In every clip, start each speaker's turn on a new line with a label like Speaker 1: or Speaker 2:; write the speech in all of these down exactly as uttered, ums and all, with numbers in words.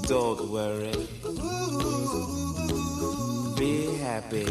Speaker 1: Don't worry. Be happy.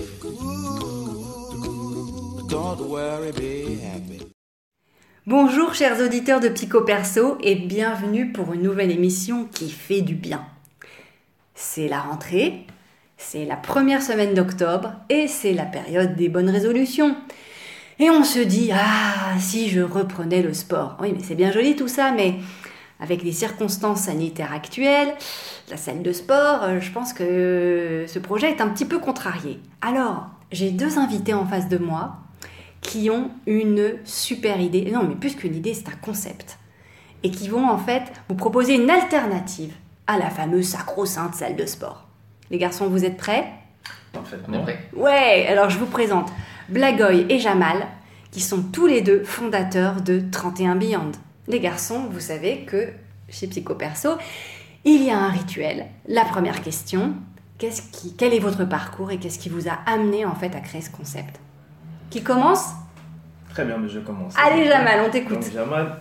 Speaker 1: Don't worry, be happy.
Speaker 2: Bonjour chers auditeurs de Pico Perso et bienvenue pour une nouvelle émission qui fait du bien. C'est la rentrée, c'est la première semaine d'octobre et c'est la période des bonnes résolutions. Et on se dit, ah, si je reprenais le sport. Oui, mais c'est bien joli tout ça, mais avec les circonstances sanitaires actuelles, la salle de sport, je pense que ce projet est un petit peu contrarié. Alors, j'ai deux invités en face de moi qui ont une super idée. Non, mais plus qu'une idée, c'est un concept. Et qui vont en fait vous proposer une alternative à la fameuse sacro-sainte salle de sport. Les garçons, vous êtes prêts ?
Speaker 3: Parfaitement. On est prêts.
Speaker 2: Ouais, alors je vous présente Blagoy et Jamal, qui sont tous les deux fondateurs de trente et un Beyond. Les garçons, vous savez que chez Pico Perso, il y a un rituel. La première question, qu'est-ce qui, quel est votre parcours et qu'est-ce qui vous a amené en fait à créer ce concept ? Qui commence ?
Speaker 3: Très bien, mais je commence.
Speaker 2: Allez Jamal, on t'écoute.
Speaker 3: Donc Jamal,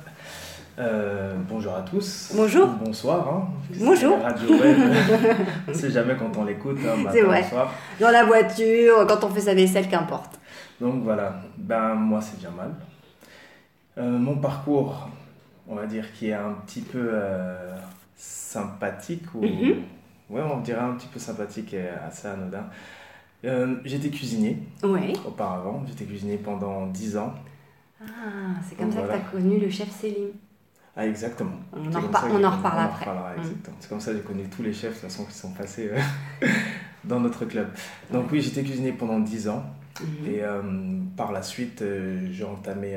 Speaker 3: euh, bonjour à tous.
Speaker 2: Bonjour.
Speaker 3: Ou bonsoir. Hein,
Speaker 2: bonjour.
Speaker 3: Radio web, on ne sait jamais quand on l'écoute, hein, matin,
Speaker 2: c'est vrai.
Speaker 3: soir.
Speaker 2: Dans la voiture, quand on fait sa vaisselle, qu'importe.
Speaker 3: Donc voilà, ben, moi c'est Jamal. Euh, mon parcours, on va dire, qui est un petit peu euh, sympathique, ou
Speaker 2: Mm-hmm.
Speaker 3: ouais, on dirait un petit peu sympathique et assez anodin. Euh, j'étais cuisinier
Speaker 2: Oui.
Speaker 3: auparavant, j'étais cuisinier pendant dix ans.
Speaker 2: Ah, c'est comme
Speaker 3: Donc,
Speaker 2: ça
Speaker 3: voilà.
Speaker 2: que tu as connu le chef Céline.
Speaker 3: Ah, exactement.
Speaker 2: On
Speaker 3: C'est
Speaker 2: en,
Speaker 3: comme
Speaker 2: repar-
Speaker 3: ça que
Speaker 2: on
Speaker 3: j'ai
Speaker 2: en
Speaker 3: connu-
Speaker 2: reparle
Speaker 3: on en
Speaker 2: après.
Speaker 3: reparlera,
Speaker 2: Mm.
Speaker 3: exactement. C'est comme ça que j'ai connu tous les chefs de toute façon qui sont passés euh, dans notre club. Donc oui, j'étais cuisinier pendant dix ans.
Speaker 2: Mhm.
Speaker 3: Et euh, par la suite, euh, j'ai entamé euh,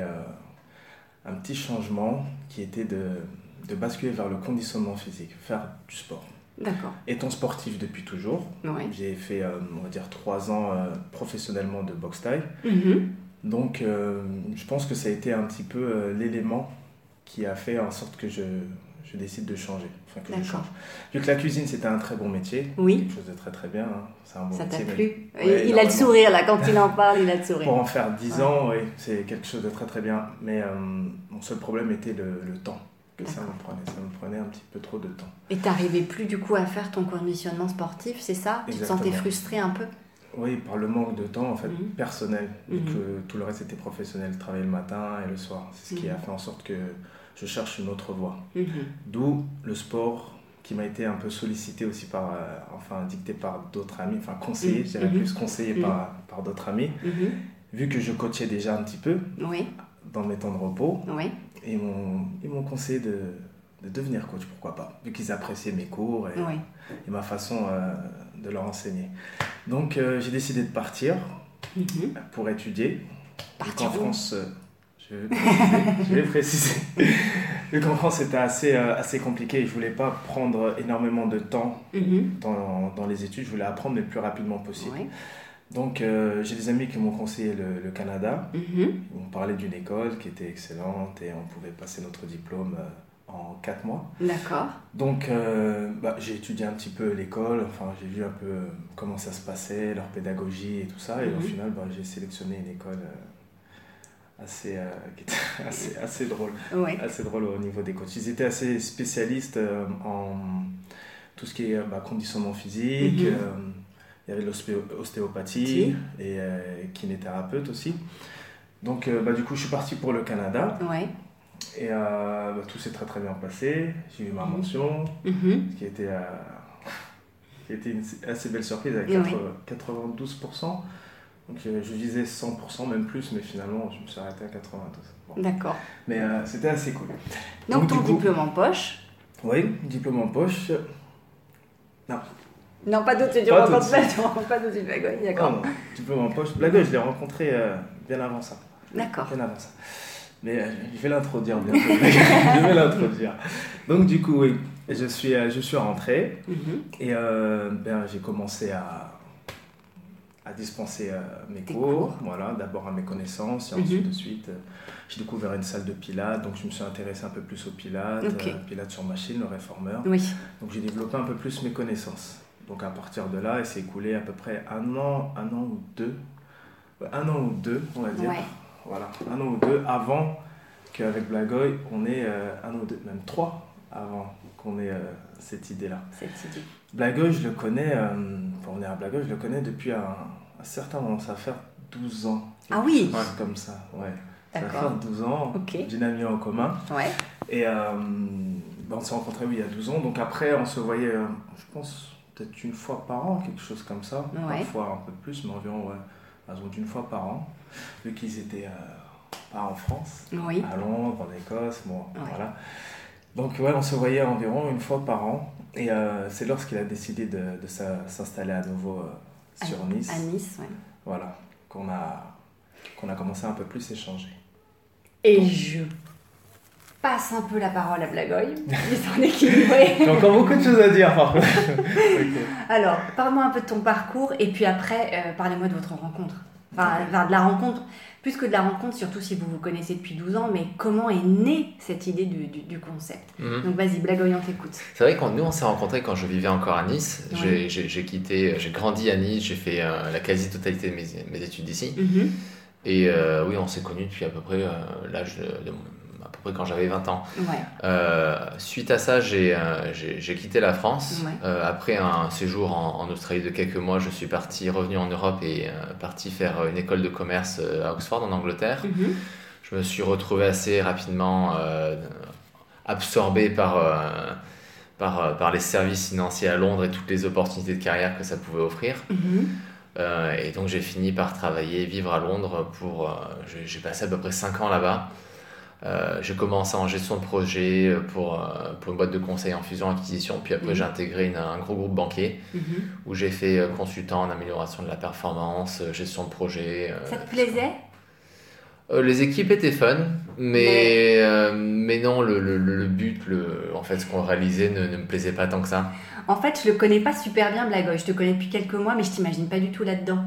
Speaker 3: un petit changement qui était de, de basculer vers le conditionnement physique, faire du sport.
Speaker 2: D'accord.
Speaker 3: Étant sportif depuis toujours,
Speaker 2: Oui.
Speaker 3: j'ai fait, euh, on va dire, trois ans euh, professionnellement de boxe thaï.
Speaker 2: Mhm.
Speaker 3: Donc, euh, je pense que ça a été un petit peu euh, l'élément qui a fait en sorte que je, je décide de changer. Enfin, que je
Speaker 2: D'accord.
Speaker 3: change. Vu que la cuisine, c'était un très bon métier.
Speaker 2: Oui.
Speaker 3: Quelque chose de très très bien. Hein. C'est un bon
Speaker 2: Ça t'a
Speaker 3: métier. mais-
Speaker 2: plu ?
Speaker 3: Ouais,
Speaker 2: Il a le
Speaker 3: énormément.
Speaker 2: sourire là, quand il en parle, il a le sourire.
Speaker 3: Pour en faire dix
Speaker 2: Ouais.
Speaker 3: ans, oui, c'est quelque chose de très très bien. Mais euh, mon seul problème était le, le temps que ça
Speaker 2: D'accord.
Speaker 3: me prenait. Ça me prenait un petit peu trop de temps.
Speaker 2: Et t'arrivais plus du coup à faire ton conditionnement sportif, c'est ça ? Tu te
Speaker 3: Exactement.
Speaker 2: sentais frustré un peu ?
Speaker 3: Oui, par le manque de temps en fait,
Speaker 2: Mhm.
Speaker 3: personnel. Vu
Speaker 2: Mhm.
Speaker 3: que tout le reste était professionnel, je travaillais le matin et le soir. C'est ce qui
Speaker 2: Mhm.
Speaker 3: a fait en sorte que je cherche une autre voie.
Speaker 2: Mhm.
Speaker 3: D'où le sport qui m'a été un peu sollicité aussi par, euh, enfin dicté par d'autres amis, enfin conseillé,
Speaker 2: Mhm.
Speaker 3: je dirais
Speaker 2: Mhm.
Speaker 3: plus conseillé
Speaker 2: Mhm.
Speaker 3: par, par d'autres amis.
Speaker 2: Mhm.
Speaker 3: Vu que je coachais déjà un petit peu
Speaker 2: Oui,
Speaker 3: dans mes temps de repos,
Speaker 2: oui.
Speaker 3: et ils m'ont, ils m'ont conseillé de, de devenir coach, pourquoi pas, vu qu'ils appréciaient mes cours et,
Speaker 2: Oui.
Speaker 3: et ma façon euh, de leur enseigner. Donc euh, j'ai décidé de partir
Speaker 2: Mhm.
Speaker 3: pour étudier. Vu
Speaker 2: Partir
Speaker 3: qu'en
Speaker 2: où ?
Speaker 3: France, euh, je vais préciser, je vais préciser. Vu qu'en France c'était assez, euh, assez compliqué, je voulais pas prendre énormément de temps
Speaker 2: Mhm.
Speaker 3: dans, dans les études, je voulais apprendre le plus rapidement possible.
Speaker 2: Oui.
Speaker 3: Donc euh, j'ai des amis qui m'ont conseillé le, le Canada,
Speaker 2: Mhm.
Speaker 3: ils m'ont parlé d'une école qui était excellente et on pouvait passer notre diplôme euh, en quatre mois.
Speaker 2: D'accord.
Speaker 3: Donc euh, bah, j'ai étudié un petit peu l'école, enfin j'ai vu un peu euh, comment ça se passait, leur pédagogie et tout ça, et
Speaker 2: Mhm.
Speaker 3: au final bah, j'ai sélectionné une école euh, assez, euh, qui était assez, assez drôle,
Speaker 2: Oui.
Speaker 3: assez drôle au niveau des coachs. Ils étaient assez spécialistes euh, en tout ce qui est bah, conditionnement physique,
Speaker 2: Mhm.
Speaker 3: euh, il y avait de l'ostéopathie
Speaker 2: Si.
Speaker 3: et euh, kinésithérapeute aussi. Donc euh, bah, du coup je suis parti pour le Canada.
Speaker 2: Oui.
Speaker 3: Et euh, bah, tout s'est très très bien passé, j'ai eu ma mention,
Speaker 2: Mhm.
Speaker 3: ce qui était, euh, qui était une assez belle surprise avec
Speaker 2: Oui.
Speaker 3: quatre-vingt-douze pour cent. Donc euh, je visais cent pour cent, même plus, mais finalement je me suis arrêté à quatre-vingt-douze. Bon.
Speaker 2: D'accord.
Speaker 3: Mais euh, c'était assez cool.
Speaker 2: Donc,
Speaker 3: Donc,
Speaker 2: ton
Speaker 3: du coup-
Speaker 2: diplôme en poche.
Speaker 3: Oui, diplôme en poche. Non,
Speaker 2: Non, pas d'autres, tu
Speaker 3: Pas
Speaker 2: rencontres
Speaker 3: tout de
Speaker 2: pas, tu pas d'autres Blagoy,
Speaker 3: non,
Speaker 2: d'accord.
Speaker 3: non, diplôme en poche. Blagoy, je l'ai rencontré euh, bien avant ça.
Speaker 2: D'accord.
Speaker 3: Bien avant ça. Mais euh, je vais l'introduire bientôt. je vais l'introduire. Donc du coup, oui, je suis, euh, je suis rentré
Speaker 2: Mhm.
Speaker 3: et euh, ben, j'ai commencé à, à dispenser euh, mes
Speaker 2: Tes
Speaker 3: cours.
Speaker 2: cours.
Speaker 3: Voilà, d'abord à mes connaissances et
Speaker 2: Mhm.
Speaker 3: ensuite de suite, euh, j'ai découvert une salle de pilates. Donc je me suis intéressé un peu plus au pilates,
Speaker 2: Ok.
Speaker 3: euh, pilates sur machine, le réformeur.
Speaker 2: Oui.
Speaker 3: Donc j'ai développé un peu plus mes connaissances. Donc à partir de là, il s'est écoulé à peu près un an, un an ou deux, ouais, un an ou deux, on va dire.
Speaker 2: Ouais.
Speaker 3: Voilà, un an ou deux avant qu'avec Blagoy, on ait euh, un an ou deux, même trois, avant qu'on ait euh, cette idée-là.
Speaker 2: Cette idée.
Speaker 3: Blagueux, je le connais, euh, pour revenir à Blagueux, je le connais depuis un, un certain moment, ça va faire douze ans.
Speaker 2: Ah oui.
Speaker 3: Ouais, comme ça, ouais. Ça va
Speaker 2: D'accord.
Speaker 3: faire douze ans,
Speaker 2: Ok.
Speaker 3: d'une amie en commun.
Speaker 2: Ouais.
Speaker 3: Et euh, ben, on s'est rencontrés oui, il y a douze ans, donc après on se voyait, euh, je pense, peut-être une fois par an, quelque chose comme ça.
Speaker 2: Ouais.
Speaker 3: Parfois un peu plus, mais environ, ouais, par exemple, une fois par an, vu qu'ils étaient euh, pas en France,
Speaker 2: Oui.
Speaker 3: à Londres, en Écosse, bon,
Speaker 2: Ouais.
Speaker 3: voilà. Donc ouais, on se voyait environ une fois par an, et euh, c'est lorsqu'il a décidé de, de sa- s'installer à nouveau euh, sur
Speaker 2: à,
Speaker 3: Nice,
Speaker 2: À Nice, ouais.
Speaker 3: voilà, qu'on a, qu'on a commencé à un peu plus échanger.
Speaker 2: Et je passe un peu la parole à Blagoy, il s'en équilibré.
Speaker 3: J'ai encore beaucoup de choses à dire par contre. Ok.
Speaker 2: Alors, parle-moi un peu de ton parcours et puis après, euh, parlez-moi de votre rencontre. Enfin, enfin, de la rencontre, plus que de la rencontre, surtout si vous vous connaissez depuis douze ans, mais comment est née cette idée du, du, du concept.
Speaker 4: Mhm.
Speaker 2: Donc vas-y, Blagoy, on t'écoute.
Speaker 4: C'est vrai que nous on s'est rencontrés quand je vivais encore à Nice.
Speaker 2: Ouais.
Speaker 4: J'ai, j'ai, j'ai quitté, j'ai grandi à Nice, j'ai fait euh, la quasi-totalité de mes, mes études ici.
Speaker 2: Mhm.
Speaker 4: Et euh, oui, on s'est connus depuis à peu près euh, l'âge de, de- à peu près quand j'avais vingt ans.
Speaker 2: Ouais,
Speaker 4: Euh, suite à ça, j'ai, euh, j'ai, j'ai quitté la France.
Speaker 2: Ouais.
Speaker 4: Euh, après un séjour en, en Australie de quelques mois, je suis parti, revenu en Europe et euh, parti faire une école de commerce euh, à Oxford en Angleterre.
Speaker 2: Mhm.
Speaker 4: Je me suis retrouvé assez rapidement euh, absorbé par, euh, par, euh, par les services financiers à Londres et toutes les opportunités de carrière que ça pouvait offrir.
Speaker 2: Mhm.
Speaker 4: Euh, et donc j'ai fini par travailler, vivre à Londres pour... euh, j'ai, j'ai passé à peu près cinq ans là-bas. Euh, j'ai commencé en gestion de projet pour, euh, pour une boîte de conseil en fusion-acquisition. Puis après
Speaker 2: Mhm.
Speaker 4: j'ai intégré une- un gros groupe banquier
Speaker 2: Mhm.
Speaker 4: où j'ai fait euh, consultant en amélioration de la performance, euh, gestion de projet. euh,
Speaker 2: Ça te plaisait?
Speaker 4: Euh, les équipes étaient fun, mais, euh, mais non, le, le, le but, le, en fait, ce qu'on réalisait ne, ne me plaisait pas tant que ça.
Speaker 2: En fait, je le connais pas super bien, Blagoy. Je te connais depuis quelques mois, mais je t'imagine pas du tout là-dedans.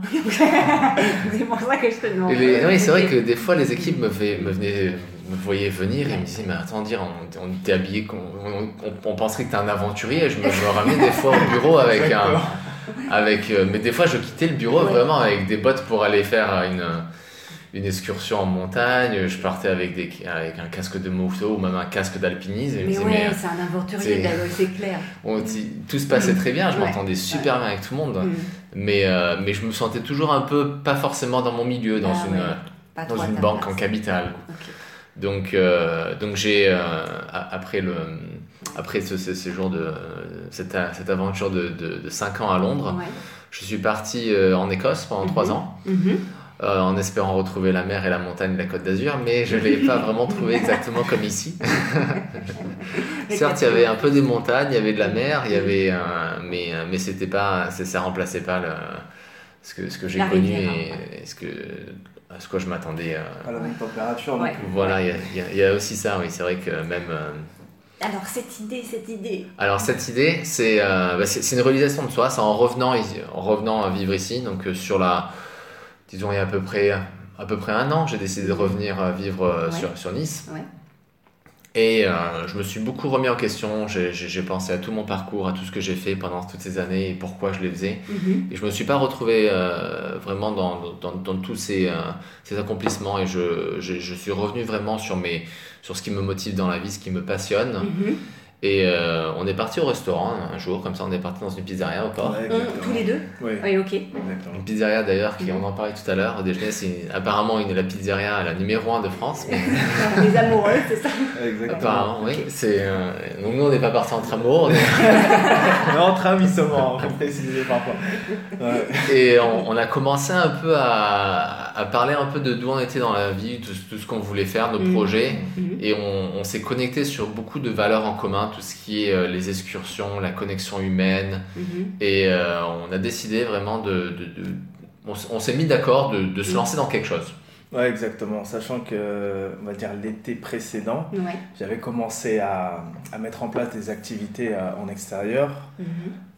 Speaker 2: C'est pour ça que je te demande.
Speaker 4: Et les- oui, c'est vrai que des fois, les équipes me, fait- me, venaient, me voyaient venir et me disaient, mais attends, dire, on, on t'est habillé, qu'on- on, on, on penserait que t'es un aventurier. Et je me, je me ramenais des fois au bureau avec un...
Speaker 3: D'accord.
Speaker 4: Avec, euh, mais des fois, je quittais le bureau
Speaker 2: Ouais.
Speaker 4: vraiment avec des bottes pour aller faire une... une excursion en montagne, je partais avec, des, avec un casque de moto ou même un casque d'alpinisme. Et je me
Speaker 2: Mais
Speaker 4: disais,
Speaker 2: ouais,
Speaker 4: mais,
Speaker 2: c'est un aventurier,
Speaker 4: c'est-
Speaker 2: Blagoy, c'est clair.
Speaker 4: on dit- tout se passait très bien, je
Speaker 2: Ouais.
Speaker 4: m'entendais super bien avec tout le monde,
Speaker 2: Mhm.
Speaker 4: mais, euh, mais je me sentais toujours un peu pas forcément dans mon milieu, dans
Speaker 2: Ah
Speaker 4: une,
Speaker 2: ouais.
Speaker 4: euh,
Speaker 2: Pas
Speaker 4: dans
Speaker 2: trop à
Speaker 4: une
Speaker 2: ta
Speaker 4: banque
Speaker 2: place.
Speaker 4: en capital.
Speaker 2: Ok.
Speaker 4: Donc, euh, donc j'ai, euh, a- après, le, après ce, ce séjour de cette, cette aventure de, de, de cinq ans à Londres,
Speaker 2: Ouais.
Speaker 4: je suis parti euh, en Écosse pendant trois
Speaker 2: Mhm.
Speaker 4: ans.
Speaker 2: Mhm.
Speaker 4: Euh, en espérant retrouver la mer et la montagne de la Côte d'Azur, mais je ne l'ai pas vraiment trouvé exactement comme ici. Certes, il y avait un peu des montagnes, il y avait de la mer, il y avait, euh, mais, euh, mais c'était pas, ça ne remplaçait pas le, ce que, ce que j'ai
Speaker 2: La
Speaker 4: connu
Speaker 2: rivière,
Speaker 4: et, et ce que, à ce quoi je m'attendais. euh.
Speaker 3: À la même température,
Speaker 2: Ouais.
Speaker 3: donc.
Speaker 4: Voilà, il y a, il y a- il y a aussi ça, oui, c'est vrai que même... euh,
Speaker 2: Alors, cette idée, cette idée.
Speaker 4: Alors cette idée, c'est euh, bah, c'est c'est une réalisation de soi, c'est en revenant, ici- en revenant à vivre ici, donc euh, sur la... Disons, il y a à peu près, à peu près un an, j'ai décidé de revenir euh, vivre euh,
Speaker 2: Ouais.
Speaker 4: sur, sur Nice.
Speaker 2: Ouais.
Speaker 4: Et euh, je me suis beaucoup remis en question, j'ai j'ai- j'ai pensé à tout mon parcours, à tout ce que j'ai fait pendant toutes ces années et pourquoi je les faisais.
Speaker 2: Mhm.
Speaker 4: Et je me suis pas retrouvé euh, vraiment dans, dans, dans tous ces, euh, ces accomplissements et je, je, je suis revenu vraiment sur, mes, sur ce qui me motive dans la vie, ce qui me passionne.
Speaker 2: Mhm.
Speaker 4: Et euh, on est parti au restaurant un jour, comme ça on est parti dans une pizzeria au port.
Speaker 3: Ouais,
Speaker 2: On-
Speaker 3: exactement.
Speaker 2: tous les deux?
Speaker 3: Oui,
Speaker 2: Oui, ok.
Speaker 3: exactement.
Speaker 4: Une pizzeria d'ailleurs, qui,
Speaker 2: Mhm.
Speaker 4: on en parlait tout à l'heure, au déjeuner, c'est apparemment une, la pizzeria la numéro un de France. Mais
Speaker 2: Les amoureux, c'est ça?
Speaker 3: Exactement.
Speaker 4: apparemment, oui. C'est, euh, donc nous on n'est pas partis entre amours. on est-
Speaker 3: Mais entre amis seulement, il faut préciser parfois. Ouais.
Speaker 4: Et on, on a commencé un peu à, à parler un peu de d'où on était dans la vie, tout, tout ce qu'on voulait faire, nos
Speaker 2: Mhm.
Speaker 4: projets.
Speaker 2: Mhm.
Speaker 4: Et on, on s'est connecté sur beaucoup de valeurs en commun, tout ce qui est euh, les excursions, la connexion humaine.
Speaker 2: Mhm.
Speaker 4: Et euh, on a décidé vraiment de... de, de- on, s- on s'est mis d'accord de, de se
Speaker 2: Mhm.
Speaker 4: lancer dans quelque chose.
Speaker 3: Ouais, exactement. Sachant que, on va dire, l'été précédent,
Speaker 2: Ouais.
Speaker 3: j'avais commencé à, à mettre en place des activités euh, en extérieur.
Speaker 2: Mhm.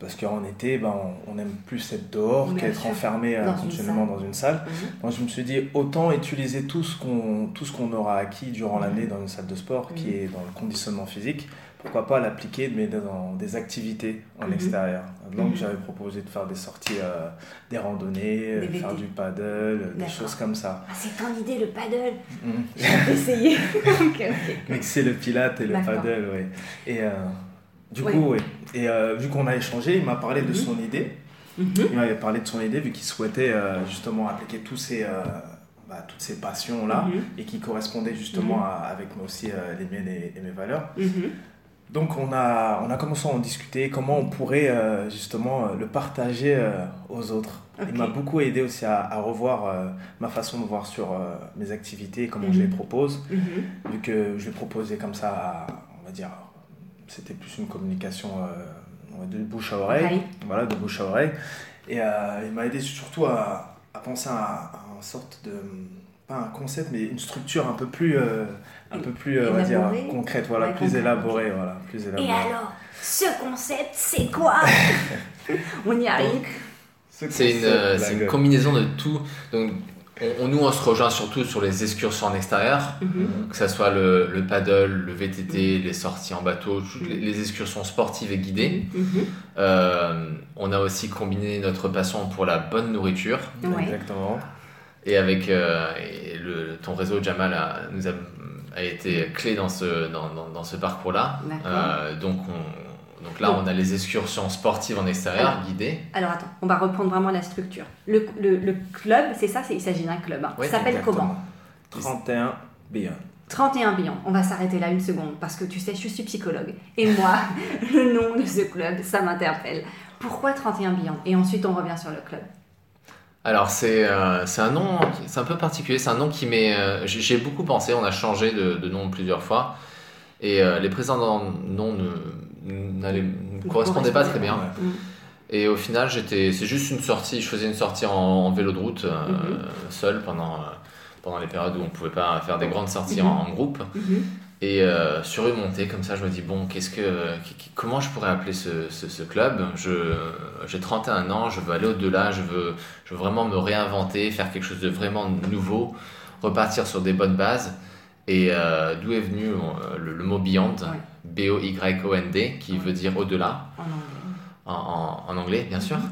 Speaker 3: parce qu'en été, ben, on, on aime plus être dehors
Speaker 2: Bien
Speaker 3: qu'être
Speaker 2: sûr.
Speaker 3: enfermé euh,
Speaker 2: Dans une
Speaker 3: continuellement
Speaker 2: salle.
Speaker 3: dans une salle.
Speaker 2: Mhm.
Speaker 3: Donc je me suis dit, autant utiliser tout ce qu'on, tout ce qu'on aura acquis durant
Speaker 2: Mhm.
Speaker 3: l'année dans une salle de sport,
Speaker 2: Mhm.
Speaker 3: qui est dans le conditionnement physique, pourquoi pas l'appliquer mais dans des activités en
Speaker 2: Mhm.
Speaker 3: extérieur. Donc
Speaker 2: Mhm.
Speaker 3: j'avais proposé de faire des sorties, euh, des randonnées,
Speaker 2: Des
Speaker 3: euh,
Speaker 2: V T.
Speaker 3: faire du paddle, des
Speaker 2: D'accord.
Speaker 3: choses comme ça.
Speaker 2: Ah, c'est ton idée, le paddle.
Speaker 3: Mhm.
Speaker 2: J'ai essayé. ok, ok.
Speaker 3: Mixer le pilate et le
Speaker 2: D'accord.
Speaker 3: paddle, oui. Et euh, du
Speaker 2: Ouais.
Speaker 3: coup, oui. Et euh, vu qu'on a échangé, il m'a parlé de
Speaker 2: Mhm.
Speaker 3: son idée.
Speaker 2: Mhm.
Speaker 3: Il m'avait parlé de son idée vu qu'il souhaitait euh, justement appliquer tous ces, euh, bah, toutes ces passions-là
Speaker 2: Mhm.
Speaker 3: et qui correspondaient justement
Speaker 2: Mhm.
Speaker 3: à- avec moi aussi euh, les miennes et, et mes valeurs.
Speaker 2: Mhm.
Speaker 3: Donc on a, on a commencé à en discuter, comment on pourrait euh, justement euh, le partager euh, aux autres.
Speaker 2: Ok.
Speaker 3: Il m'a beaucoup aidé aussi à, à revoir euh, ma façon de voir sur euh, mes activités, comment
Speaker 2: Mhm.
Speaker 3: je les propose,
Speaker 2: Mhm.
Speaker 3: vu que je les proposais comme ça, à- on va dire, c'était plus une communication euh, de bouche à oreille,
Speaker 2: Oreille.
Speaker 3: voilà, de bouche à oreille. Et euh, il m'a aidé surtout à, à penser à, à une sorte de, pas un concept, mais une structure un peu plus, euh, un peu plus euh, on va dire,
Speaker 2: Élaborée.
Speaker 3: concrète, voilà,
Speaker 2: Ouais,
Speaker 3: plus
Speaker 2: concrète,
Speaker 3: élaborée,
Speaker 2: ok.
Speaker 3: voilà, plus
Speaker 2: Et
Speaker 3: élaborée.
Speaker 2: alors, ce concept, c'est quoi? On y arrive.
Speaker 3: Ce
Speaker 4: C'est une,
Speaker 3: concept,
Speaker 4: euh,
Speaker 3: la
Speaker 4: c'est une
Speaker 3: gueule.
Speaker 4: combinaison de tout. Donc, on, on- nous, on se rejoint surtout sur les excursions en extérieur,
Speaker 2: Mhm.
Speaker 4: que ce soit le, le paddle, le V T T, les sorties en bateau, toutes les, les excursions sportives et guidées.
Speaker 2: Mhm.
Speaker 4: Euh, on a aussi combiné notre passion pour la bonne nourriture.
Speaker 2: Ouais.
Speaker 3: Exactement.
Speaker 4: Et avec euh, et le, ton réseau, Jamal, a, nous a, a été clé dans ce, dans, dans, dans ce parcours-là.
Speaker 2: D'accord.
Speaker 4: Euh, donc, on, donc là,
Speaker 2: Donc-
Speaker 4: on a les excursions sportives en extérieur,
Speaker 2: Alors.
Speaker 4: guidées.
Speaker 2: Alors attends, on va reprendre vraiment la structure. Le, le, le club, c'est ça, c'est- il s'agit d'un club. Hein.
Speaker 4: Oui,
Speaker 2: Ça s'appelle
Speaker 3: Exactement.
Speaker 2: comment?
Speaker 3: trente et un Beyond.
Speaker 2: trente et un Beyond. On va s'arrêter là une seconde parce que tu sais, je suis psychologue. Et moi, le nom de ce club, ça m'interpelle. Pourquoi trente et un Beyond? Et ensuite, on revient sur le club.
Speaker 4: Alors, c'est euh, c'est un nom, qui- c'est un peu particulier. C'est un nom qui m'est. euh, j'ai j'ai beaucoup pensé, on a changé de, de nom plusieurs fois. Et euh, les précédents noms ne, n'allaient- ne correspondaient pas très bien.
Speaker 3: Ouais.
Speaker 2: Mm.
Speaker 4: Et au final, j'étais, c'est juste une sortie. Je faisais une sortie en, en vélo de route, euh,
Speaker 2: Mhm.
Speaker 4: seul, pendant, euh, pendant les périodes où on ne pouvait pas faire des grandes sorties
Speaker 2: Mhm.
Speaker 4: en, en groupe.
Speaker 2: Mhm.
Speaker 4: Et euh, sur une montée, comme ça, je me dis, bon, qu'est-ce que, qui- qui- comment je pourrais appeler ce, ce, ce club? Je, j'ai trente et un ans, je veux aller au-delà, je veux, je veux vraiment me réinventer, faire quelque chose de vraiment nouveau, repartir sur des bonnes bases. Et euh, d'où est venu euh, le, le mot Beyond,
Speaker 2: Ouais.
Speaker 4: B O Y O N D, qui
Speaker 2: Ouais.
Speaker 4: veut dire au-delà.
Speaker 2: En anglais.
Speaker 4: En, en- en anglais, bien sûr.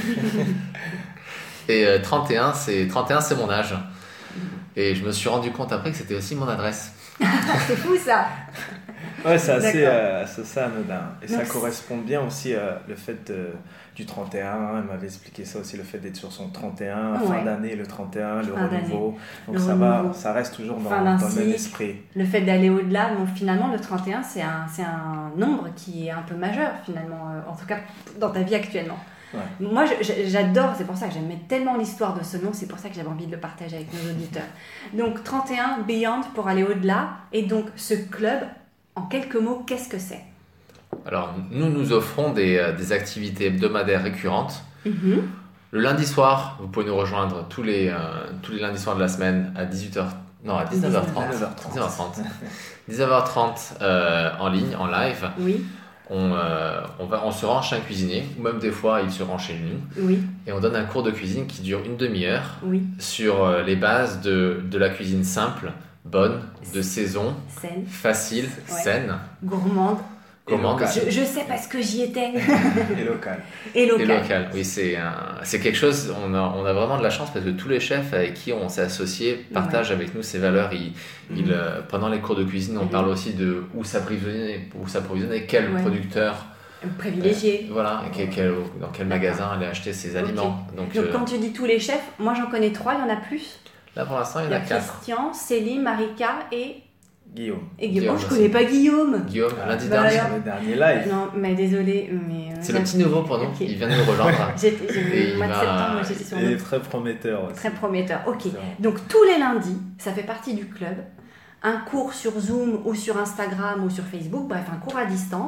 Speaker 4: Et euh, trente et un, c'est, trente et un, c'est mon âge. Et je me suis rendu compte après que c'était aussi mon adresse.
Speaker 2: C'est fou ça.
Speaker 3: Ouais, c'est assez,
Speaker 2: D'accord.
Speaker 3: euh, c'est ça anodin. Et
Speaker 2: Donc,
Speaker 3: ça
Speaker 2: c'est-
Speaker 3: correspond bien aussi euh, le fait de- du trente et un. Elle m'avait expliqué ça aussi, le fait d'être sur son trente et un,
Speaker 2: Ouais.
Speaker 3: fin d'année, le trente et un, le
Speaker 2: Fin d'année.
Speaker 3: renouveau. Donc
Speaker 2: Le
Speaker 3: ça,
Speaker 2: renouveau.
Speaker 3: va, ça reste toujours dans,
Speaker 2: Fin d'un
Speaker 3: dans le même
Speaker 2: cycle.
Speaker 3: esprit.
Speaker 2: Le fait d'aller au-delà, bon, finalement, le trente et un, c'est un, c'est un nombre qui est un peu majeur, finalement, euh, en tout cas dans ta vie actuellement.
Speaker 3: Ouais.
Speaker 2: Moi, je- je- j'adore, c'est pour ça que j'aimais tellement l'histoire de ce nom, c'est pour ça que j'avais envie de le partager avec nos auditeurs. Donc, trente et un, Beyond, pour aller au-delà. Et donc, ce club, en quelques mots, qu'est-ce que c'est?
Speaker 4: Alors, nous, nous offrons des, euh, des activités hebdomadaires récurrentes.
Speaker 2: Mhm.
Speaker 4: Le lundi soir, vous pouvez nous rejoindre tous les, euh, tous les lundis soirs de la semaine à dix-huit heures, non, à dix-neuf heures trente.
Speaker 3: dix-neuf heures trente.
Speaker 4: dix-neuf heures trente. dix-neuf heures trente euh, en ligne, en live.
Speaker 2: Oui,
Speaker 4: On, euh, on, va, on se rend chez un cuisinier, ou même des fois, il se rend chez nous.
Speaker 2: oui,
Speaker 4: Et on donne un cours de cuisine qui dure une demi-heure
Speaker 2: oui.
Speaker 4: sur euh, les bases de, de la cuisine simple, bonne, de saison,
Speaker 2: Saine,
Speaker 4: facile,
Speaker 2: Ouais.
Speaker 4: saine,
Speaker 2: gourmande.
Speaker 4: gourmande
Speaker 3: local.
Speaker 2: Je, je sais parce que j'y étais.
Speaker 3: Et local.
Speaker 2: Et
Speaker 4: et
Speaker 2: local.
Speaker 4: locale. Oui, c'est, un- c'est quelque chose, on a, on a vraiment de la chance parce que tous les chefs avec qui on s'est associés partagent avec nous ces valeurs. Ils, ils,
Speaker 2: Mhm.
Speaker 4: euh, pendant les cours de cuisine, on
Speaker 2: Mhm.
Speaker 4: parle aussi de où s'approvisionner, où s'approvisionner, quel
Speaker 2: Ouais.
Speaker 4: producteur,
Speaker 2: Privilégié.
Speaker 4: euh, voilà, quel- quel- dans quel
Speaker 2: D'accord.
Speaker 4: magasin aller acheter ses aliments. Donc,
Speaker 2: Donc,
Speaker 4: euh,
Speaker 2: quand tu dis tous les chefs, moi j'en connais trois, il y en a plus.
Speaker 4: là pour l'instant, il y
Speaker 2: Il y
Speaker 4: en
Speaker 2: a
Speaker 4: a quatre.
Speaker 2: Christian, Céline, Marika et,
Speaker 3: Guillaume.
Speaker 2: et Guillaume.
Speaker 4: Guillaume
Speaker 2: Oh, je
Speaker 4: aussi.
Speaker 2: connais pas Guillaume.
Speaker 4: Guillaume,
Speaker 3: Ah,
Speaker 4: lundi
Speaker 2: bah
Speaker 4: dernier.
Speaker 2: alors.
Speaker 3: Le dernier live.
Speaker 2: Non, mais désolé, mais. euh,
Speaker 4: C'est le petit nouveau pour nous.
Speaker 2: Ok.
Speaker 4: Il vient de nous rejoindre.
Speaker 2: J'étais, j'ai-
Speaker 4: Et
Speaker 2: au mois de
Speaker 4: il va-
Speaker 2: septembre, moi, j'étais sur
Speaker 3: Il est
Speaker 2: le.
Speaker 3: très prometteur aussi.
Speaker 2: Très prometteur. Ok.
Speaker 3: C'est vrai.
Speaker 2: Donc tous les lundis, ça fait partie du club. Un cours sur Zoom ou sur Instagram ou sur Facebook, bref, un cours à distance.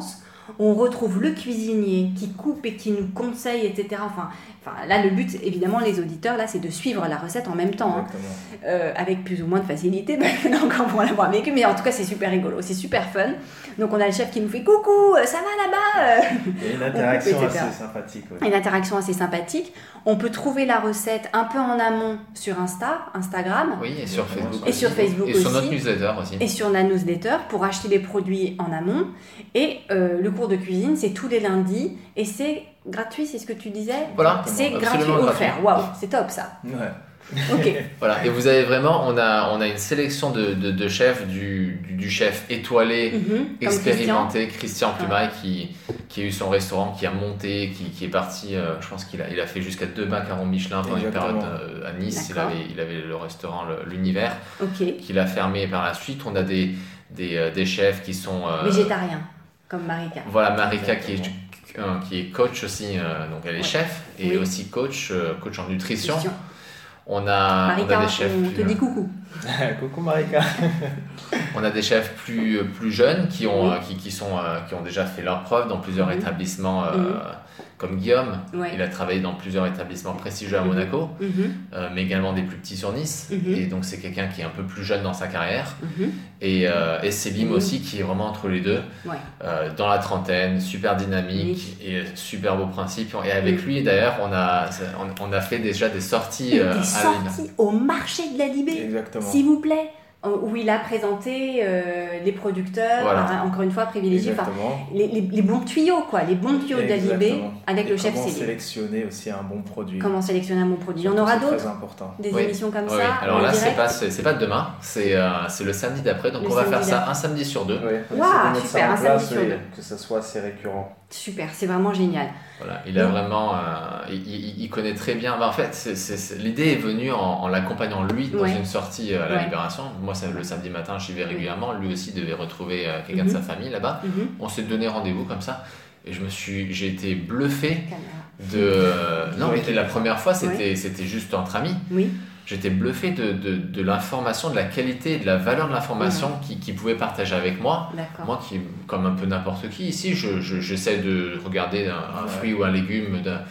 Speaker 2: On retrouve le cuisinier qui coupe et qui nous conseille, et cetera. Enfin, enfin là, le but, évidemment, les auditeurs, là, c'est de suivre la recette en même temps, hein. euh, avec plus ou moins de facilité, encore pour l'avoir vécu, mais en tout cas, c'est super rigolo, c'est super fun. Donc, on a le chef qui nous fait coucou, ça va là-bas.
Speaker 3: Et une interaction coupe, assez sympathique. Ouais.
Speaker 2: Une interaction assez sympathique. On peut trouver la recette un peu en amont sur Insta, Instagram.
Speaker 4: Oui, et sur Facebook.
Speaker 2: Et sur Facebook
Speaker 4: et
Speaker 2: aussi.
Speaker 4: Et sur notre newsletter aussi.
Speaker 2: Et sur la newsletter pour acheter les produits en amont. Et euh, le cours de cuisine, c'est tous les lundis. Et c'est gratuit, c'est ce que tu disais.
Speaker 4: Voilà.
Speaker 2: C'est gratuit offert. Waouh, c'est top ça.
Speaker 3: Ouais.
Speaker 2: Ok.
Speaker 4: Voilà, et vous avez vraiment, on a, on a une sélection de, de, de chefs, du, du, du chef étoilé,
Speaker 2: mm-hmm,
Speaker 4: expérimenté, Christian, Christian Plumaille, ah. qui, qui a eu son restaurant, qui a monté, qui, qui est parti, euh, je pense qu'il a, il a fait jusqu'à deux macarons Michelin pendant Exactement. une période euh, à Nice, il avait, il avait le restaurant le, L'Univers,
Speaker 2: okay.
Speaker 4: qu'il a fermé par la suite. On a des, des, euh, des chefs qui sont... Euh,
Speaker 2: végétariens, comme Marika.
Speaker 4: Voilà, Marika qui est, euh, qui est coach aussi, euh, donc elle est ouais. chef, et oui. aussi coach, euh, coach en nutrition. nutrition. On a,
Speaker 2: Marika,
Speaker 4: on a des chefs
Speaker 2: on
Speaker 4: plus...
Speaker 2: te dit coucou.
Speaker 3: Coucou Marika.
Speaker 4: On a des chefs plus, plus jeunes qui ont,
Speaker 2: oui.
Speaker 4: qui, qui, sont, qui ont déjà fait leurs preuves dans plusieurs mmh. établissements, euh,
Speaker 2: mmh.
Speaker 4: comme Guillaume.
Speaker 2: Ouais.
Speaker 4: Il a travaillé dans plusieurs établissements prestigieux à Monaco,
Speaker 2: mmh.
Speaker 4: euh, mais également des plus petits sur Nice.
Speaker 2: Mmh.
Speaker 4: Et donc c'est quelqu'un qui est un peu plus jeune dans sa carrière.
Speaker 2: Mmh.
Speaker 4: Et, euh, et Selim mmh. aussi, qui est vraiment entre les deux,
Speaker 2: ouais.
Speaker 4: euh, dans la trentaine, super dynamique mmh. et super beau principe. Et avec mmh. lui d'ailleurs, on a, on, on a fait déjà des sorties.
Speaker 2: Euh, des à sorties au marché de la Libé.
Speaker 3: Exactement.
Speaker 2: S'il vous plaît. Où il a présenté euh, les producteurs,
Speaker 4: voilà.
Speaker 2: hein, encore une fois privilégiés, enfin, les, les, les bons tuyaux, quoi, les bons tuyaux
Speaker 3: Exactement.
Speaker 2: de la Libé avec
Speaker 3: et
Speaker 2: le chef
Speaker 3: Céline.
Speaker 2: Céline.
Speaker 3: Comment sélectionner aussi un bon produit.
Speaker 2: Comment sélectionner un bon produit. Il y en aura d'autres, des oui. émissions comme
Speaker 4: oui.
Speaker 2: ça.
Speaker 4: Alors là, c'est pas, c'est, c'est pas demain, c'est, euh, c'est le samedi d'après, donc le on va faire ça un samedi sur deux.
Speaker 3: Oui.
Speaker 2: Waouh, super, un samedi sur deux.
Speaker 3: Que ça soit assez récurrent.
Speaker 2: Super, c'est vraiment génial.
Speaker 4: Voilà, il a oui. vraiment, euh, il, il, il connaît très bien. Bah, en fait, c'est, c'est, c'est, l'idée est venue en, en l'accompagnant lui dans ouais. une sortie à la ouais. Libération. Moi, c'est le samedi matin, j'y vais régulièrement. Lui aussi devait retrouver euh, quelqu'un mm-hmm. de sa famille là-bas. Mm-hmm. On s'est donné rendez-vous comme ça, et je me suis, j'ai été bluffé de. Euh, non, oui. mais la première fois, c'était, oui. c'était juste entre amis.
Speaker 2: Oui.
Speaker 4: J'étais bluffé de, de, de l'information, de la qualité et de la valeur de l'information mmh. qu'il, qu'il pouvait partager avec moi.
Speaker 2: D'accord.
Speaker 4: Moi qui, comme un peu n'importe qui ici, je, je, j'essaie de regarder un, un ouais. fruit ou un légume d'un,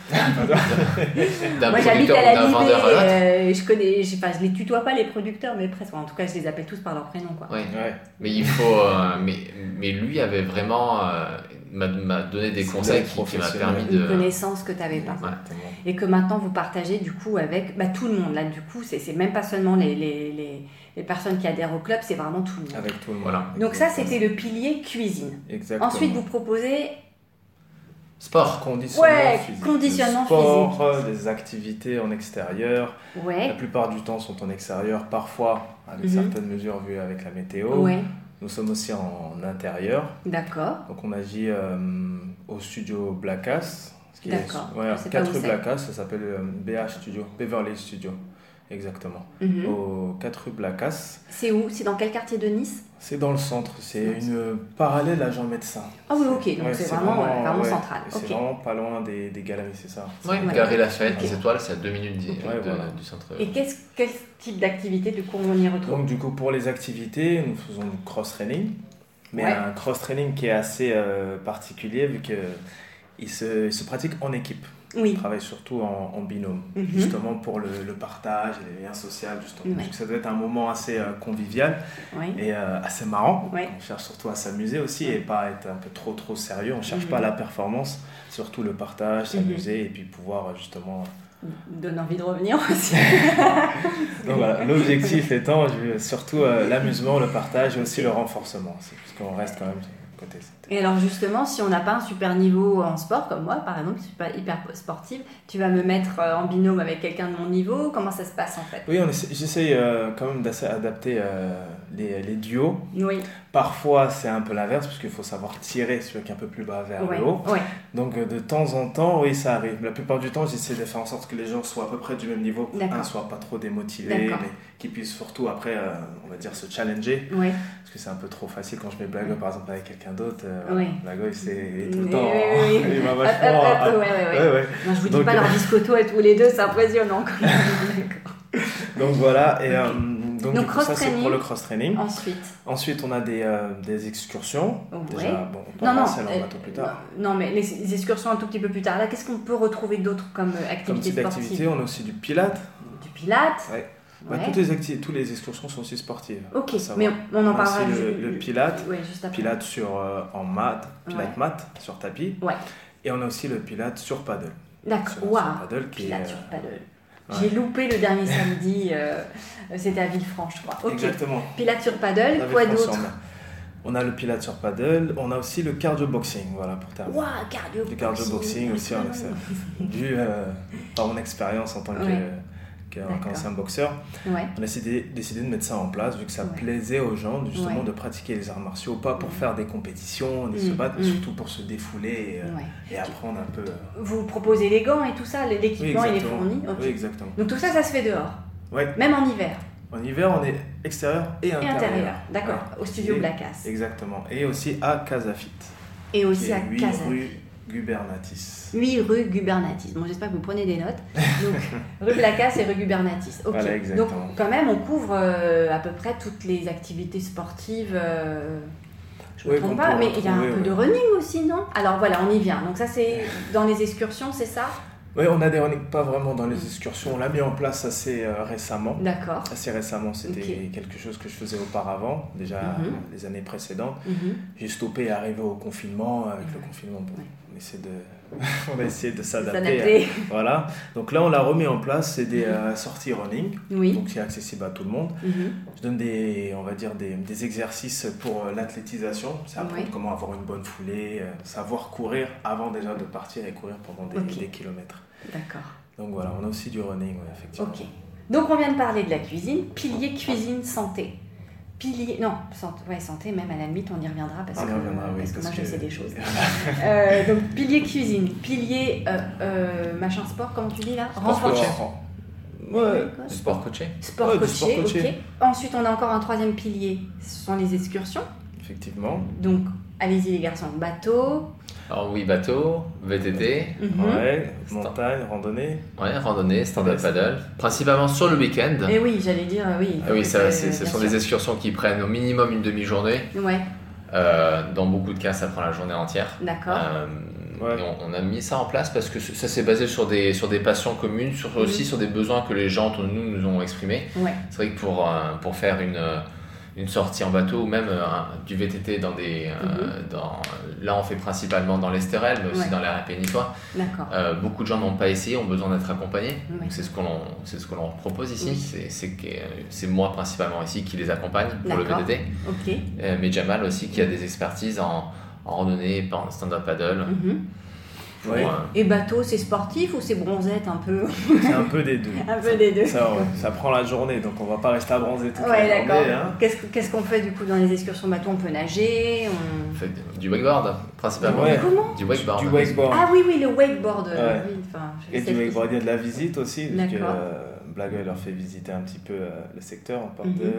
Speaker 4: d'un
Speaker 2: moi,
Speaker 4: producteur ou d'un vendeur.
Speaker 2: Euh, je connais, je, enfin, je les tutoie pas les producteurs, mais presque. En tout cas, je les appelle tous par leur prénom, quoi.
Speaker 4: Oui. Ouais. Mais il faut, euh, mais, mais lui avait vraiment. Euh, M'a, m'a donné des c'est conseils qui, qui m'a permis de...
Speaker 2: Une connaissance que tu n'avais pas.
Speaker 4: Ouais.
Speaker 2: Et que maintenant vous partagez du coup avec bah, tout le monde. Là, du coup, c'est, c'est même pas seulement les, les, les, les personnes qui adhèrent au club, c'est vraiment tout le monde.
Speaker 3: Avec tout le monde.
Speaker 4: Voilà.
Speaker 2: Donc ça, c'était le pilier cuisine.
Speaker 3: Exactement.
Speaker 2: Ensuite, vous proposez...
Speaker 4: Sport.
Speaker 3: Conditionnement
Speaker 2: ouais,
Speaker 3: physique.
Speaker 2: Conditionnement
Speaker 3: sport,
Speaker 2: physique.
Speaker 3: Des activités en extérieur.
Speaker 2: Ouais.
Speaker 3: La plupart du temps sont en extérieur, parfois avec mm-hmm. certaines mesures vues avec la météo.
Speaker 2: Ouais.
Speaker 3: Nous sommes aussi en intérieur.
Speaker 2: D'accord.
Speaker 3: Donc on agit euh, au studio Blackass.
Speaker 2: D'accord.
Speaker 3: Est, ouais, quatre rue Blackass, ça s'appelle euh, B H Studio, Beverly Studio. Exactement. Mm-hmm. Aux quatre rue Blackass.
Speaker 2: C'est où ? C'est dans quel quartier de Nice ?
Speaker 3: C'est dans le centre. C'est une euh, parallèle à Jean Médecin.
Speaker 2: Ah oui, ok. Donc ouais, c'est, c'est vraiment, vraiment, vraiment ouais, central.
Speaker 3: C'est okay. vraiment pas loin des, des galeries, c'est ça.
Speaker 4: Oui,
Speaker 2: ouais,
Speaker 4: Galerie Lafayette, okay. les étoiles, c'est à deux minutes okay. de,
Speaker 3: ouais, voilà.
Speaker 4: du centre.
Speaker 2: Et qu'est-ce, quel type d'activité du coup on y retrouve ?
Speaker 3: Donc du coup pour les activités, nous faisons du cross-training. Mais
Speaker 2: ouais.
Speaker 3: un cross-training qui est assez euh, particulier vu qu'il se, il se pratique en équipe.
Speaker 2: Oui.
Speaker 3: On travaille surtout en, en binôme, mm-hmm. justement pour le, le partage et les liens sociaux, justement.
Speaker 2: Ouais.
Speaker 3: Parce que ça doit être un moment assez euh, convivial
Speaker 2: ouais.
Speaker 3: et euh, assez marrant.
Speaker 2: Ouais.
Speaker 3: On cherche surtout à s'amuser aussi et pas être un peu trop trop sérieux. On ne cherche mm-hmm. pas la performance, surtout le partage, s'amuser mm-hmm. et puis pouvoir justement...
Speaker 2: donne envie de revenir aussi.
Speaker 3: Donc voilà, l'objectif étant surtout euh, l'amusement, le partage et aussi le renforcement. C'est parce qu'on reste quand même côté.
Speaker 2: Et alors justement, si on n'a pas un super niveau en sport comme moi, par exemple, je suis pas hyper sportive, tu vas me mettre en binôme avec quelqu'un de mon niveau. Comment ça se passe en fait ?
Speaker 3: Oui, on essaie, j'essaie euh, quand même d'adapter euh, les, les duos.
Speaker 2: Oui.
Speaker 3: Parfois, c'est un peu l'inverse, parce qu'il faut savoir tirer celui qui est un peu plus bas vers
Speaker 2: ouais.
Speaker 3: le haut.
Speaker 2: Ouais.
Speaker 3: Donc, de temps en temps, oui, ça arrive. La plupart du temps, j'essaie de faire en sorte que les gens soient à peu près du même niveau,
Speaker 2: D'accord.
Speaker 3: ne soient pas trop démotivés,
Speaker 2: D'accord.
Speaker 3: mais qu'ils puissent surtout après, euh, on va dire, se challenger.
Speaker 2: Oui.
Speaker 3: Parce que c'est un peu trop facile quand je mets Blago, par exemple, avec quelqu'un d'autre. Euh,
Speaker 2: oui.
Speaker 3: Blago, c'est tout le
Speaker 2: oui,
Speaker 3: temps.
Speaker 2: Oui, oui.
Speaker 3: Il m'a vachement.
Speaker 2: Hop, hop, hop, ouais, ouais, ouais. Ouais, ouais. Non, je vous dis Donc, pas leur discoto à tous les deux, c'est impressionnant.
Speaker 3: Donc voilà, et euh, Donc,
Speaker 2: Donc,
Speaker 3: du coup, ça, c'est
Speaker 2: cross-training.
Speaker 3: pour le cross-training.
Speaker 2: Ensuite.
Speaker 3: Ensuite, on a des, euh, des excursions.
Speaker 2: Ouais.
Speaker 3: Déjà, bon, on
Speaker 2: Non, non,
Speaker 3: parlera celle en
Speaker 2: euh,
Speaker 3: bateau plus tard.
Speaker 2: non, mais les, les excursions un tout petit peu plus tard. Là, qu'est-ce qu'on peut retrouver d'autre comme euh,
Speaker 3: Comme
Speaker 2: activité
Speaker 3: type
Speaker 2: sportive?
Speaker 3: d'activité, on a aussi du pilate.
Speaker 2: Du pilate.
Speaker 3: Ouais. Bah,
Speaker 2: Ouais.
Speaker 3: toutes, les acti- toutes les excursions sont aussi sportives.
Speaker 2: Ok,
Speaker 3: faut savoir.
Speaker 2: mais on, on en
Speaker 3: On a
Speaker 2: parlera
Speaker 3: aussi le,
Speaker 2: ju-
Speaker 3: le pilate,
Speaker 2: Ouais, juste après.
Speaker 3: pilate sur, euh, en mat, pilate
Speaker 2: Ouais.
Speaker 3: mat sur tapis.
Speaker 2: Ouais.
Speaker 3: Et on a aussi le pilate sur paddle.
Speaker 2: D'accord.
Speaker 3: Sur,
Speaker 2: Waouh.
Speaker 3: sur paddle qui
Speaker 2: Pilate
Speaker 3: est,
Speaker 2: sur
Speaker 3: euh,
Speaker 2: paddle.
Speaker 3: ouais.
Speaker 2: J'ai loupé le dernier samedi. euh, C'était à Villefranche, je crois. Ok.
Speaker 3: Exactement.
Speaker 2: Pilate sur
Speaker 3: On
Speaker 2: paddle.
Speaker 3: avait
Speaker 2: Quoi
Speaker 3: fait
Speaker 2: d'autre?
Speaker 3: ensemble. On a le pilate sur paddle, on a aussi le cardio boxing, voilà pour terminer.
Speaker 2: Waouh, cardio.
Speaker 3: Du cardio boxing aussi, on a ça. Dû euh, par mon expérience en tant que,
Speaker 2: Ouais.
Speaker 3: que-
Speaker 2: D'accord.
Speaker 3: qu'ancien boxeur,
Speaker 2: Ouais.
Speaker 3: on a décidé, décidé de mettre ça en place vu que ça
Speaker 2: Ouais.
Speaker 3: plaisait aux gens justement
Speaker 2: Ouais.
Speaker 3: de pratiquer les arts martiaux, pas pour
Speaker 2: Ouais.
Speaker 3: faire des compétitions ni
Speaker 2: Mm,
Speaker 3: se battre, mais
Speaker 2: mm.
Speaker 3: surtout pour se défouler et, euh,
Speaker 2: Ouais.
Speaker 3: et apprendre un peu. euh,
Speaker 2: Vous proposez les gants et tout ça,
Speaker 3: Oui,
Speaker 2: l'équipement il est
Speaker 3: exactement.
Speaker 2: fourni. Ok.
Speaker 3: Oui, exactement.
Speaker 2: Donc tout ça, ça se fait dehors,
Speaker 3: Ouais.
Speaker 2: même en hiver
Speaker 3: En hiver, on est extérieur et
Speaker 2: et
Speaker 3: intérieur.
Speaker 2: intérieur. D'accord.
Speaker 3: Ouais.
Speaker 2: Au studio
Speaker 3: Et-
Speaker 2: Blacas.
Speaker 3: Exactement. Et aussi à Casafit,
Speaker 2: Et
Speaker 3: qui
Speaker 2: aussi
Speaker 3: est
Speaker 2: à
Speaker 3: huit
Speaker 2: Casa.
Speaker 3: rue Gubernatis.
Speaker 2: huit rue Gubernatis. Bon, j'espère que vous prenez des notes. Donc, rue Blacas et rue Gubernatis. Ok.
Speaker 3: Voilà, exactement.
Speaker 2: Donc, quand même, on couvre euh, à peu près toutes les activités sportives. euh, Je me
Speaker 3: Oui,
Speaker 2: trompe
Speaker 3: qu'on
Speaker 2: pas,
Speaker 3: peut
Speaker 2: mais il y a un
Speaker 3: retrouver,
Speaker 2: peu de
Speaker 3: ouais.
Speaker 2: running aussi, non? Alors voilà, on y vient. Donc, ça, c'est dans les excursions, c'est ça?
Speaker 3: Oui, on a des running, pas vraiment dans les excursions. On l'a mis en place assez euh, récemment.
Speaker 2: D'accord.
Speaker 3: Assez récemment, c'était
Speaker 2: Ok.
Speaker 3: quelque chose que je faisais auparavant, déjà
Speaker 2: Mhm.
Speaker 3: les années précédentes.
Speaker 2: Mhm.
Speaker 3: J'ai stoppé et arrivé au confinement. Avec
Speaker 2: Ouais.
Speaker 3: le confinement, bon,
Speaker 2: Ouais.
Speaker 3: on, essaie de... on a essayé de s'adapter.
Speaker 2: S'adapter.
Speaker 3: Voilà. Donc là, on l'a remis en place. C'est des euh, sorties running,
Speaker 2: Oui.
Speaker 3: donc c'est accessible à tout le monde.
Speaker 2: Mhm.
Speaker 3: Je donne des, on va dire des, des exercices pour euh, l'athlétisation. C'est apprendre
Speaker 2: Ouais.
Speaker 3: comment avoir une bonne foulée, euh, savoir courir avant déjà de partir et courir pendant des,
Speaker 2: Ok.
Speaker 3: des kilomètres.
Speaker 2: D'accord.
Speaker 3: Donc voilà, on a aussi du running, ouais, effectivement.
Speaker 2: Ok. Donc on vient de parler de la cuisine. Pilier cuisine santé. Pilier, non, santé, ouais, santé, même à la limite, on y reviendra parce
Speaker 3: On y
Speaker 2: que,
Speaker 3: reviendra, oui,
Speaker 2: parce que
Speaker 3: parce
Speaker 2: moi je
Speaker 3: que-
Speaker 2: sais des choses. Euh, donc pilier cuisine, pilier euh, euh, machin sport, comment tu dis là? Renforcer.
Speaker 3: Sport. Ouais.
Speaker 2: Quoi
Speaker 4: Du sport coaché.
Speaker 2: Sport
Speaker 3: Ouais, du
Speaker 2: coaché,
Speaker 3: sport coaché.
Speaker 2: ok. Ensuite, on a encore un troisième pilier, ce sont les excursions.
Speaker 3: Effectivement.
Speaker 2: Donc, allez-y les garçons, bateau.
Speaker 4: Alors oui, bateau, V T T,
Speaker 2: Mhm.
Speaker 3: Ouais,
Speaker 4: Stand-
Speaker 3: montagne, randonnée.
Speaker 4: ouais, randonnée, stand-up
Speaker 3: Ouais,
Speaker 4: paddle, principalement sur le week-end.
Speaker 2: Et oui, j'allais dire, euh, oui. il
Speaker 4: Ah
Speaker 2: faut
Speaker 4: oui,
Speaker 2: que
Speaker 4: ça,
Speaker 2: ça-
Speaker 4: c'est- ce
Speaker 2: bien
Speaker 4: sont
Speaker 2: sûr.
Speaker 4: des excursions qui prennent au minimum une demi-journée.
Speaker 2: Ouais,
Speaker 4: Euh, dans beaucoup de cas, ça prend la journée entière.
Speaker 2: d'accord.
Speaker 4: Euh,
Speaker 3: Ouais.
Speaker 4: et on, on a mis ça en place parce que ce- ça s'est basé sur des, sur des passions communes, sur, aussi
Speaker 2: Mhm.
Speaker 4: sur des besoins que les gens autour de nous nous ont exprimés.
Speaker 2: Ouais,
Speaker 4: C'est vrai que pour, euh, pour faire une, euh, une sortie en bateau ou même euh, un- du V T T dans des... euh, dans, là, on fait principalement dans l'Estérel, mais aussi
Speaker 2: Mhm. Ouais.
Speaker 4: dans l'air pénisoire.
Speaker 2: d'accord.
Speaker 4: Euh, beaucoup de gens n'ont pas essayé, ont besoin d'être accompagnés.
Speaker 2: Ouais.
Speaker 4: Donc c'est ce qu'on c'est ce que l'on propose ici.
Speaker 2: Oui.
Speaker 4: C'est- C'est que, euh, c'est moi principalement ici qui les accompagne pour le V
Speaker 2: D'accord.
Speaker 4: T T.
Speaker 2: Ok.
Speaker 4: Euh, mais Jamal aussi qui a des expertises en, en randonnée, en stand-up paddle.
Speaker 2: Mhm.
Speaker 4: Pour,
Speaker 3: Ouais.
Speaker 4: euh,
Speaker 2: Et bateau, c'est sportif ou c'est bronzette un peu?
Speaker 3: C'est un peu des deux.
Speaker 2: Un peu des deux.
Speaker 3: Ça, ouais, ça prend la journée, donc on va pas rester à bronzer toute
Speaker 2: Ouais,
Speaker 3: la
Speaker 2: d'accord.
Speaker 3: journée. Hein.
Speaker 2: Qu'est-ce qu'est-ce qu'on fait du coup dans les excursions bateau? On peut nager, on...
Speaker 4: on fait du wakeboard principalement.
Speaker 3: Ouais.
Speaker 2: Comment?
Speaker 4: Du wakeboard.
Speaker 3: Du wakeboard.
Speaker 2: Ah oui, oui, le wakeboard. euh,
Speaker 3: Ouais.
Speaker 2: Oui, enfin, je
Speaker 3: Et
Speaker 2: sais
Speaker 3: du
Speaker 2: plus.
Speaker 3: wakeboard, il y a de la visite aussi, parce que
Speaker 2: D'accord.
Speaker 3: euh, Blagueuil leur fait visiter un petit peu euh, le secteur. On parle
Speaker 2: Mhm.
Speaker 3: de...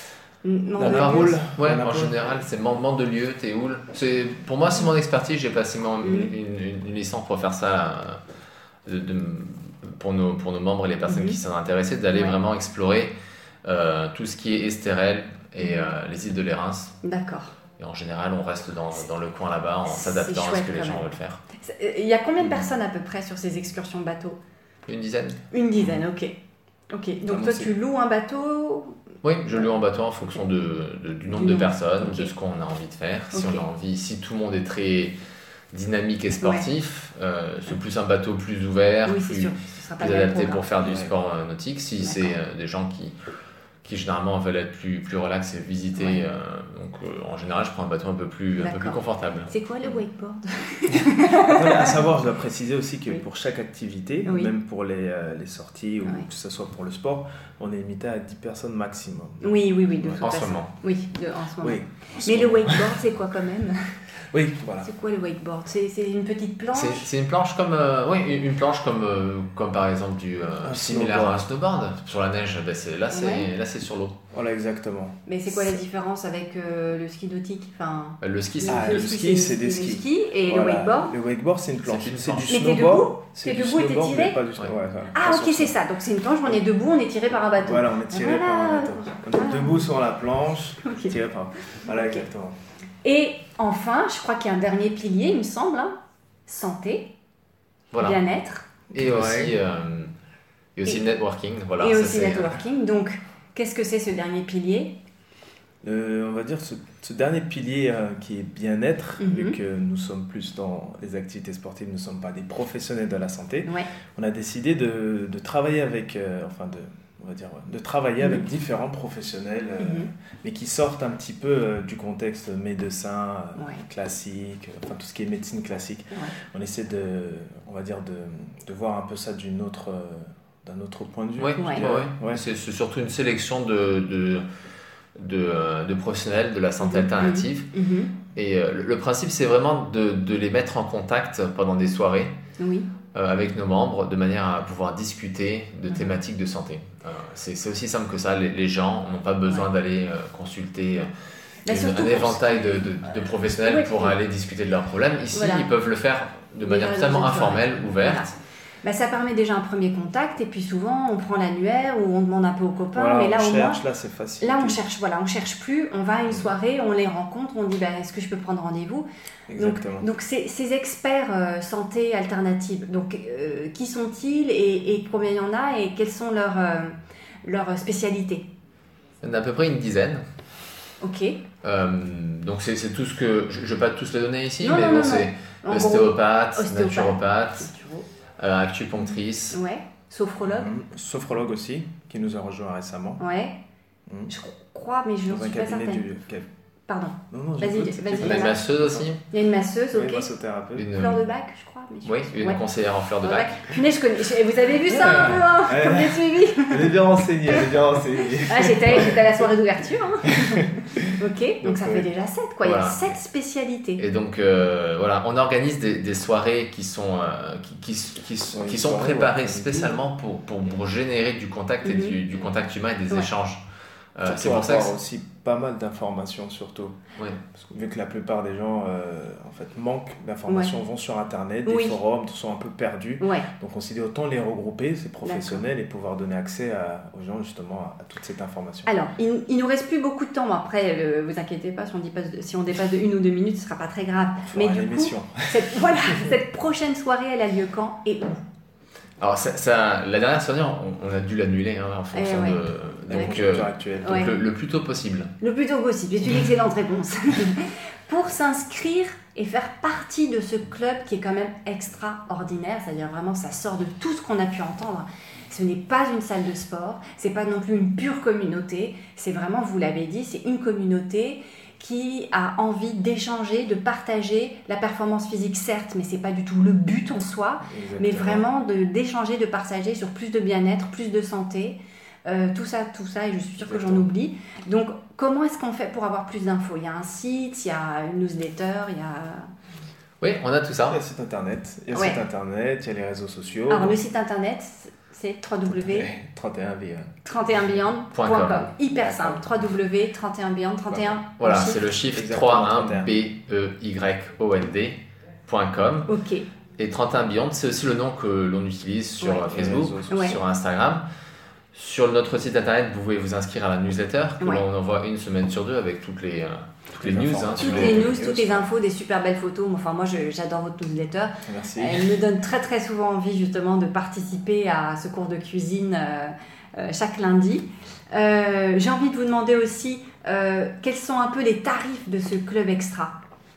Speaker 2: Non,
Speaker 3: La
Speaker 2: non,
Speaker 3: Parole.
Speaker 2: non.
Speaker 4: Ouais,
Speaker 3: On a
Speaker 4: en
Speaker 3: pas-
Speaker 4: général, c'est Mandelieu, Théoul. C'est pour moi, c'est mon expertise. J'ai passé mon-
Speaker 2: Mhm.
Speaker 4: une, une- une licence pour faire ça, euh, de- de- pour nos pour nos membres et les personnes
Speaker 2: Mhm.
Speaker 4: qui sont intéressées, d'aller
Speaker 2: Ouais.
Speaker 4: vraiment explorer euh, tout ce qui est Estérel et
Speaker 2: Mhm.
Speaker 4: euh, les îles de l'Érins.
Speaker 2: D'accord.
Speaker 4: Et en général, on reste dans, dans le coin là-bas en
Speaker 2: C'est
Speaker 4: s'adaptant à ce
Speaker 2: chouette
Speaker 4: que les
Speaker 2: quand
Speaker 4: gens
Speaker 2: même.
Speaker 4: veulent faire.
Speaker 2: C'est- euh, Il y a combien de personnes à peu près sur ces excursions bateau?
Speaker 4: Une dizaine.
Speaker 2: Une dizaine, ok. Ok, donc
Speaker 3: Ah,
Speaker 2: toi
Speaker 3: c'est-
Speaker 2: tu loues un bateau?
Speaker 4: Oui, je loue en bateau en fonction de, de- du nombre
Speaker 2: Du
Speaker 4: de
Speaker 2: nombre,
Speaker 4: personnes,
Speaker 2: ok.
Speaker 4: de ce qu'on a envie de faire. Si
Speaker 2: Ok.
Speaker 4: on a envie, si tout le monde est très dynamique et sportif, euh, c'est plus un bateau plus ouvert,
Speaker 2: Oui, c'est
Speaker 4: plus,
Speaker 2: sûr. Ce sera pas
Speaker 4: plus
Speaker 2: le même
Speaker 4: adapté
Speaker 2: programme.
Speaker 4: pour faire du
Speaker 3: Ouais.
Speaker 4: sport euh, nautique. Si
Speaker 2: D'accord.
Speaker 4: c'est euh, des gens qui, qui généralement veulent être plus, plus relax et visiter,
Speaker 2: Ouais.
Speaker 4: euh, donc euh, en général, je prends un bateau un peu plus, un peu plus
Speaker 2: D'accord.
Speaker 4: confortable.
Speaker 2: C'est quoi le wakeboard?
Speaker 3: Attendez, à savoir, je dois préciser aussi que
Speaker 2: Oui.
Speaker 3: pour chaque activité,
Speaker 2: Oui.
Speaker 3: même pour les, euh, les sorties ou
Speaker 2: Ouais.
Speaker 3: que ce soit pour le sport, on est limité à dix personnes maximum.
Speaker 2: Oui, oui, oui, de
Speaker 3: Ouais.
Speaker 2: toute
Speaker 4: En ce
Speaker 2: façon.
Speaker 4: moment.
Speaker 2: Oui, de- en ce moment.
Speaker 3: Oui.
Speaker 2: Mais le wakeboard, c'est quoi quand même?
Speaker 3: Oui, voilà.
Speaker 2: C'est quoi le wakeboard? C'est c'est une petite planche?
Speaker 4: C'est, c'est une planche comme, euh, oui, une, une planche comme, euh, comme par exemple du euh,
Speaker 3: Un
Speaker 4: similaire
Speaker 3: snowboard.
Speaker 4: à un snowboard sur la neige. Ben c'est, là, c'est,
Speaker 2: Ouais.
Speaker 4: là, c'est sur l'eau.
Speaker 3: Voilà, exactement.
Speaker 2: Mais c'est quoi la différence avec euh, le ski nautique? Enfin,
Speaker 4: Le ski, c'est
Speaker 3: Ah, le ski, c'est des
Speaker 2: le
Speaker 3: skis.
Speaker 2: ski et
Speaker 3: Voilà.
Speaker 2: le wakeboard?
Speaker 3: Le wakeboard, c'est une planche.
Speaker 4: C'est une
Speaker 3: C'est du
Speaker 4: planche.
Speaker 2: Mais t'es
Speaker 3: snowboard.
Speaker 2: debout?
Speaker 3: C'est
Speaker 2: T'es
Speaker 3: du
Speaker 2: debout et t'es
Speaker 3: snowboard,
Speaker 2: tiré?
Speaker 3: mais pas du snow-
Speaker 4: Ouais.
Speaker 3: ouais, voilà.
Speaker 2: Ah
Speaker 3: Pas
Speaker 2: ok,
Speaker 3: sur
Speaker 2: c'est ça. Donc c'est une planche, on est debout, on est tiré par un bateau.
Speaker 3: Voilà, on est tiré
Speaker 2: Voilà.
Speaker 3: par un bateau. On est
Speaker 2: Voilà.
Speaker 3: debout sur la planche,
Speaker 2: Ok.
Speaker 3: tiré par. Voilà, exactement.
Speaker 2: Et enfin, je crois qu'il y a un dernier pilier, il me semble, hein. Santé,
Speaker 4: Voilà.
Speaker 2: bien-être
Speaker 4: Et
Speaker 3: Ouais.
Speaker 4: aussi, euh, et aussi
Speaker 2: Et-
Speaker 4: networking. Voilà,
Speaker 2: et
Speaker 4: ça,
Speaker 2: aussi
Speaker 4: c'est-
Speaker 2: networking. Donc, qu'est-ce que c'est ce dernier pilier?
Speaker 3: Euh, on va dire ce, ce dernier pilier euh, qui est bien-être,
Speaker 2: Mhm.
Speaker 3: vu que nous sommes plus dans les activités sportives, nous ne sommes pas des professionnels de la santé.
Speaker 2: Ouais.
Speaker 3: On a décidé de, de travailler avec, euh, enfin de, on va dire, ouais, de travailler
Speaker 2: Mhm.
Speaker 3: avec différents professionnels, euh,
Speaker 2: Mhm.
Speaker 3: mais qui sortent un petit peu euh, du contexte médecin euh,
Speaker 2: Ouais.
Speaker 3: classique, euh, enfin tout ce qui est médecine classique.
Speaker 2: Ouais.
Speaker 3: On essaie de, on va dire, de, de voir un peu ça d'une autre, euh, d'un autre point de vue.
Speaker 4: Ouais,
Speaker 3: je
Speaker 2: Ouais.
Speaker 3: dirais.
Speaker 4: ouais, ouais.
Speaker 3: Ouais.
Speaker 4: C'est, c'est surtout une sélection de, de, de, euh, de professionnels de la santé
Speaker 2: Mhm.
Speaker 4: alternative.
Speaker 2: Mhm.
Speaker 4: Et euh, le, le principe, c'est vraiment de, de les mettre en contact pendant des soirées
Speaker 2: Oui.
Speaker 4: euh, avec nos membres, de manière à pouvoir discuter de
Speaker 2: Mhm.
Speaker 4: thématiques de santé. Euh, c'est, c'est aussi simple que ça. Les, les gens n'ont pas besoin
Speaker 2: Ouais.
Speaker 4: d'aller euh, consulter euh,
Speaker 2: Bah,
Speaker 4: une-
Speaker 2: surtout
Speaker 4: un
Speaker 2: pour-
Speaker 4: éventail de, de, de professionnels
Speaker 2: Ouais,
Speaker 4: pour
Speaker 2: ouais.
Speaker 4: aller discuter de leurs problèmes. Ici,
Speaker 2: Voilà.
Speaker 4: ils peuvent le faire de manière
Speaker 2: Déjà,
Speaker 4: totalement
Speaker 2: dans une soirée.
Speaker 4: informelle, ouverte.
Speaker 2: Voilà. Bah, ça permet déjà un premier contact et puis souvent on prend l'annuaire ou on demande un peu aux copains,
Speaker 3: Voilà,
Speaker 2: mais là
Speaker 3: on
Speaker 2: au moins
Speaker 3: cherche, là c'est facile.
Speaker 2: là on cherche voilà on cherche plus, on va à une soirée, on les rencontre, on dit bah, est-ce que je peux prendre rendez-vous? Donc,
Speaker 3: Exactement.
Speaker 2: donc ces, ces experts euh, santé alternative, donc euh, qui sont-ils et, et combien il y en a et quelles sont leurs euh, leurs spécialités?
Speaker 4: Il y en a à peu près une dizaine.
Speaker 2: Ok.
Speaker 4: Euh, donc c'est, c'est tout ce que... Je ne vais pas tous les donner ici,
Speaker 2: Non,
Speaker 4: mais
Speaker 2: non,
Speaker 4: bon,
Speaker 2: non,
Speaker 4: c'est
Speaker 2: En
Speaker 4: ostéopathe,
Speaker 2: gros, ostéopathe.
Speaker 4: naturopathe,
Speaker 2: gros,
Speaker 4: euh, acupunctrice.
Speaker 2: ouais. Sophrologue.
Speaker 3: Mhm. Sophrologue aussi, qui nous a rejoint récemment.
Speaker 2: Ouais.
Speaker 3: Mhm.
Speaker 2: Je crois, mais je
Speaker 3: Dans
Speaker 2: ne
Speaker 3: un
Speaker 2: suis pas
Speaker 3: cabinet
Speaker 2: certaine.
Speaker 3: du. quel-
Speaker 2: Pardon.
Speaker 3: Non, non,
Speaker 2: Vas-y,
Speaker 3: j'écoute.
Speaker 2: vas-y,
Speaker 4: On a une
Speaker 2: Voilà.
Speaker 4: masseuse aussi.
Speaker 2: Il y a une masseuse,
Speaker 3: Oui,
Speaker 2: ok.
Speaker 3: massothérapeute.
Speaker 4: Une,
Speaker 2: Fleur de bac, je crois. Mais je
Speaker 4: Oui,
Speaker 2: pense-
Speaker 4: une
Speaker 2: ouais.
Speaker 4: conseillère en fleur de
Speaker 2: Ouais.
Speaker 4: bac.
Speaker 2: Punaise, je connais. je- Vous avez vu ça un peu, hein?
Speaker 3: Ouais.
Speaker 2: Comme bien suivi.
Speaker 3: Elle est bien renseignée, elle est bien renseignée.
Speaker 2: Ah, j'étais, j'étais à la soirée d'ouverture. Hein. Ok, donc,
Speaker 3: Donc,
Speaker 2: ça
Speaker 3: ouais.
Speaker 2: fait déjà sept, quoi. Il y
Speaker 4: Voilà.
Speaker 2: a sept spécialités.
Speaker 4: Et donc euh, voilà, on organise des, des soirées qui sont, euh, qui, qui, qui,
Speaker 3: Ouais,
Speaker 4: qui
Speaker 3: une
Speaker 4: sont
Speaker 3: soirée,
Speaker 4: préparées
Speaker 3: ouais.
Speaker 4: spécialement pour, pour, pour générer du contact et
Speaker 2: Mhm.
Speaker 4: du, du contact humain et des
Speaker 2: Ouais.
Speaker 4: échanges. Euh,
Speaker 3: Surtout
Speaker 4: c'est pour ça que
Speaker 3: avoir
Speaker 4: c'est-
Speaker 3: aussi pas mal d'informations, surtout.
Speaker 4: ouais.
Speaker 3: Parce que vu que la plupart des gens euh, en fait, manquent d'informations, vont sur Internet, des
Speaker 2: Oui.
Speaker 3: forums, sont un peu perdus.
Speaker 2: Ouais.
Speaker 3: Donc on s'est dit autant les regrouper, ces professionnels, et pouvoir donner accès à- aux gens justement à, à toute cette information.
Speaker 2: Alors, il, il nous reste plus beaucoup de temps. Bon, après, euh, vous inquiétez pas, si on, dépasse, si on dépasse de une ou deux minutes, ce sera pas très grave.
Speaker 3: On
Speaker 2: Mais
Speaker 3: fera
Speaker 2: du coup,
Speaker 3: l'émission.
Speaker 2: cette, voilà, cette prochaine soirée, elle a lieu quand et où?
Speaker 4: Alors ça, ça- la dernière soirée, on, on a dû l'annuler hein, en fonction
Speaker 2: Eh ouais.
Speaker 4: de...
Speaker 3: La
Speaker 4: Donc,
Speaker 3: conjoncture
Speaker 4: euh,
Speaker 3: actuelle.
Speaker 4: donc
Speaker 2: Ouais.
Speaker 4: le, le plus tôt possible.
Speaker 2: Le plus tôt possible, c'est une excellente réponse. Pour s'inscrire et faire partie de ce club qui est quand même extraordinaire, c'est-à-dire vraiment ça sort de tout ce qu'on a pu entendre. Ce n'est pas une salle de sport, c'est pas non plus une pure communauté, c'est vraiment, vous l'avez dit, c'est une communauté qui a envie d'échanger, de partager la performance physique, certes, mais c'est pas du tout le but en soi, mais
Speaker 3: Exactement.
Speaker 2: vraiment de, d'échanger, de partager sur plus de bien-être, plus de santé, euh, tout ça, tout ça, et je suis sûre que j'en
Speaker 3: Exactement.
Speaker 2: oublie. Donc, comment est-ce qu'on fait pour avoir plus d'infos? Il y a un site, il y a une newsletter, il y a...
Speaker 4: Oui, on a tout
Speaker 3: Il y
Speaker 4: ça.
Speaker 3: a le site internet, il y a le
Speaker 2: Ouais.
Speaker 3: site internet, il y a les réseaux sociaux.
Speaker 2: Alors, le site internet, c'est w w w
Speaker 3: trente et un V.
Speaker 2: trente et un beyond point
Speaker 4: Point
Speaker 2: com.
Speaker 4: com.
Speaker 2: Hyper simple, w w w point trente et un beyond, trente et un
Speaker 4: Voilà,
Speaker 2: en
Speaker 4: c'est
Speaker 2: chiffres.
Speaker 4: le chiffre
Speaker 3: Exactement,
Speaker 4: trente et un
Speaker 3: trente et un.
Speaker 4: B E Y O N D point com.
Speaker 2: Ok,
Speaker 4: Et trente et un Beyond, c'est aussi le nom que l'on utilise sur
Speaker 2: Ouais.
Speaker 4: euh, Facebook,
Speaker 3: Les réseaux sociaux.
Speaker 2: Ouais.
Speaker 4: sur Instagram. Sur notre site internet, vous pouvez vous inscrire à la newsletter que
Speaker 2: Ouais.
Speaker 4: l'on envoie une semaine sur deux avec toutes les, euh, toutes les
Speaker 3: Les
Speaker 4: news. Hein,
Speaker 3: informations.
Speaker 4: sur
Speaker 2: toutes
Speaker 4: les-
Speaker 2: les news, toutes les infos, des super belles photos. Enfin, moi, je- j'adore votre newsletter.
Speaker 3: Merci.
Speaker 2: Elle me donne très très souvent envie justement de participer à ce cours de cuisine euh, euh, chaque lundi. Euh, J'ai envie de vous demander aussi euh, quels sont un peu les tarifs de ce club extra.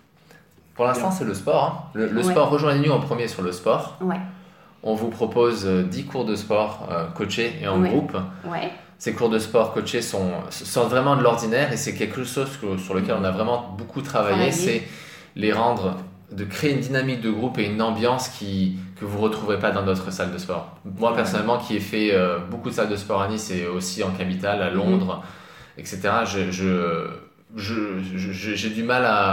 Speaker 4: Pour l'instant, c'est le sport. hein. Le, le
Speaker 2: Ouais.
Speaker 4: sport, rejoignez-nous en premier sur le sport.
Speaker 2: Ouais,
Speaker 4: On vous propose euh, dix cours de sport euh, coachés et en
Speaker 2: Ouais.
Speaker 4: groupe.
Speaker 2: ouais,
Speaker 4: Ces cours de sport coachés sont, sortent vraiment de l'ordinaire et c'est quelque chose que- sur lequel on a vraiment beaucoup travaillé.
Speaker 2: Travaillé.
Speaker 4: C'est les rendre, de créer une dynamique de groupe et une ambiance qui, que vous ne retrouverez pas dans d'autres salles de sport. Moi, personnellement, qui ai fait euh, beaucoup de salles de sport à Nice et aussi en capitale, à Londres, et cetera, je, je, je, je- j'ai du mal à...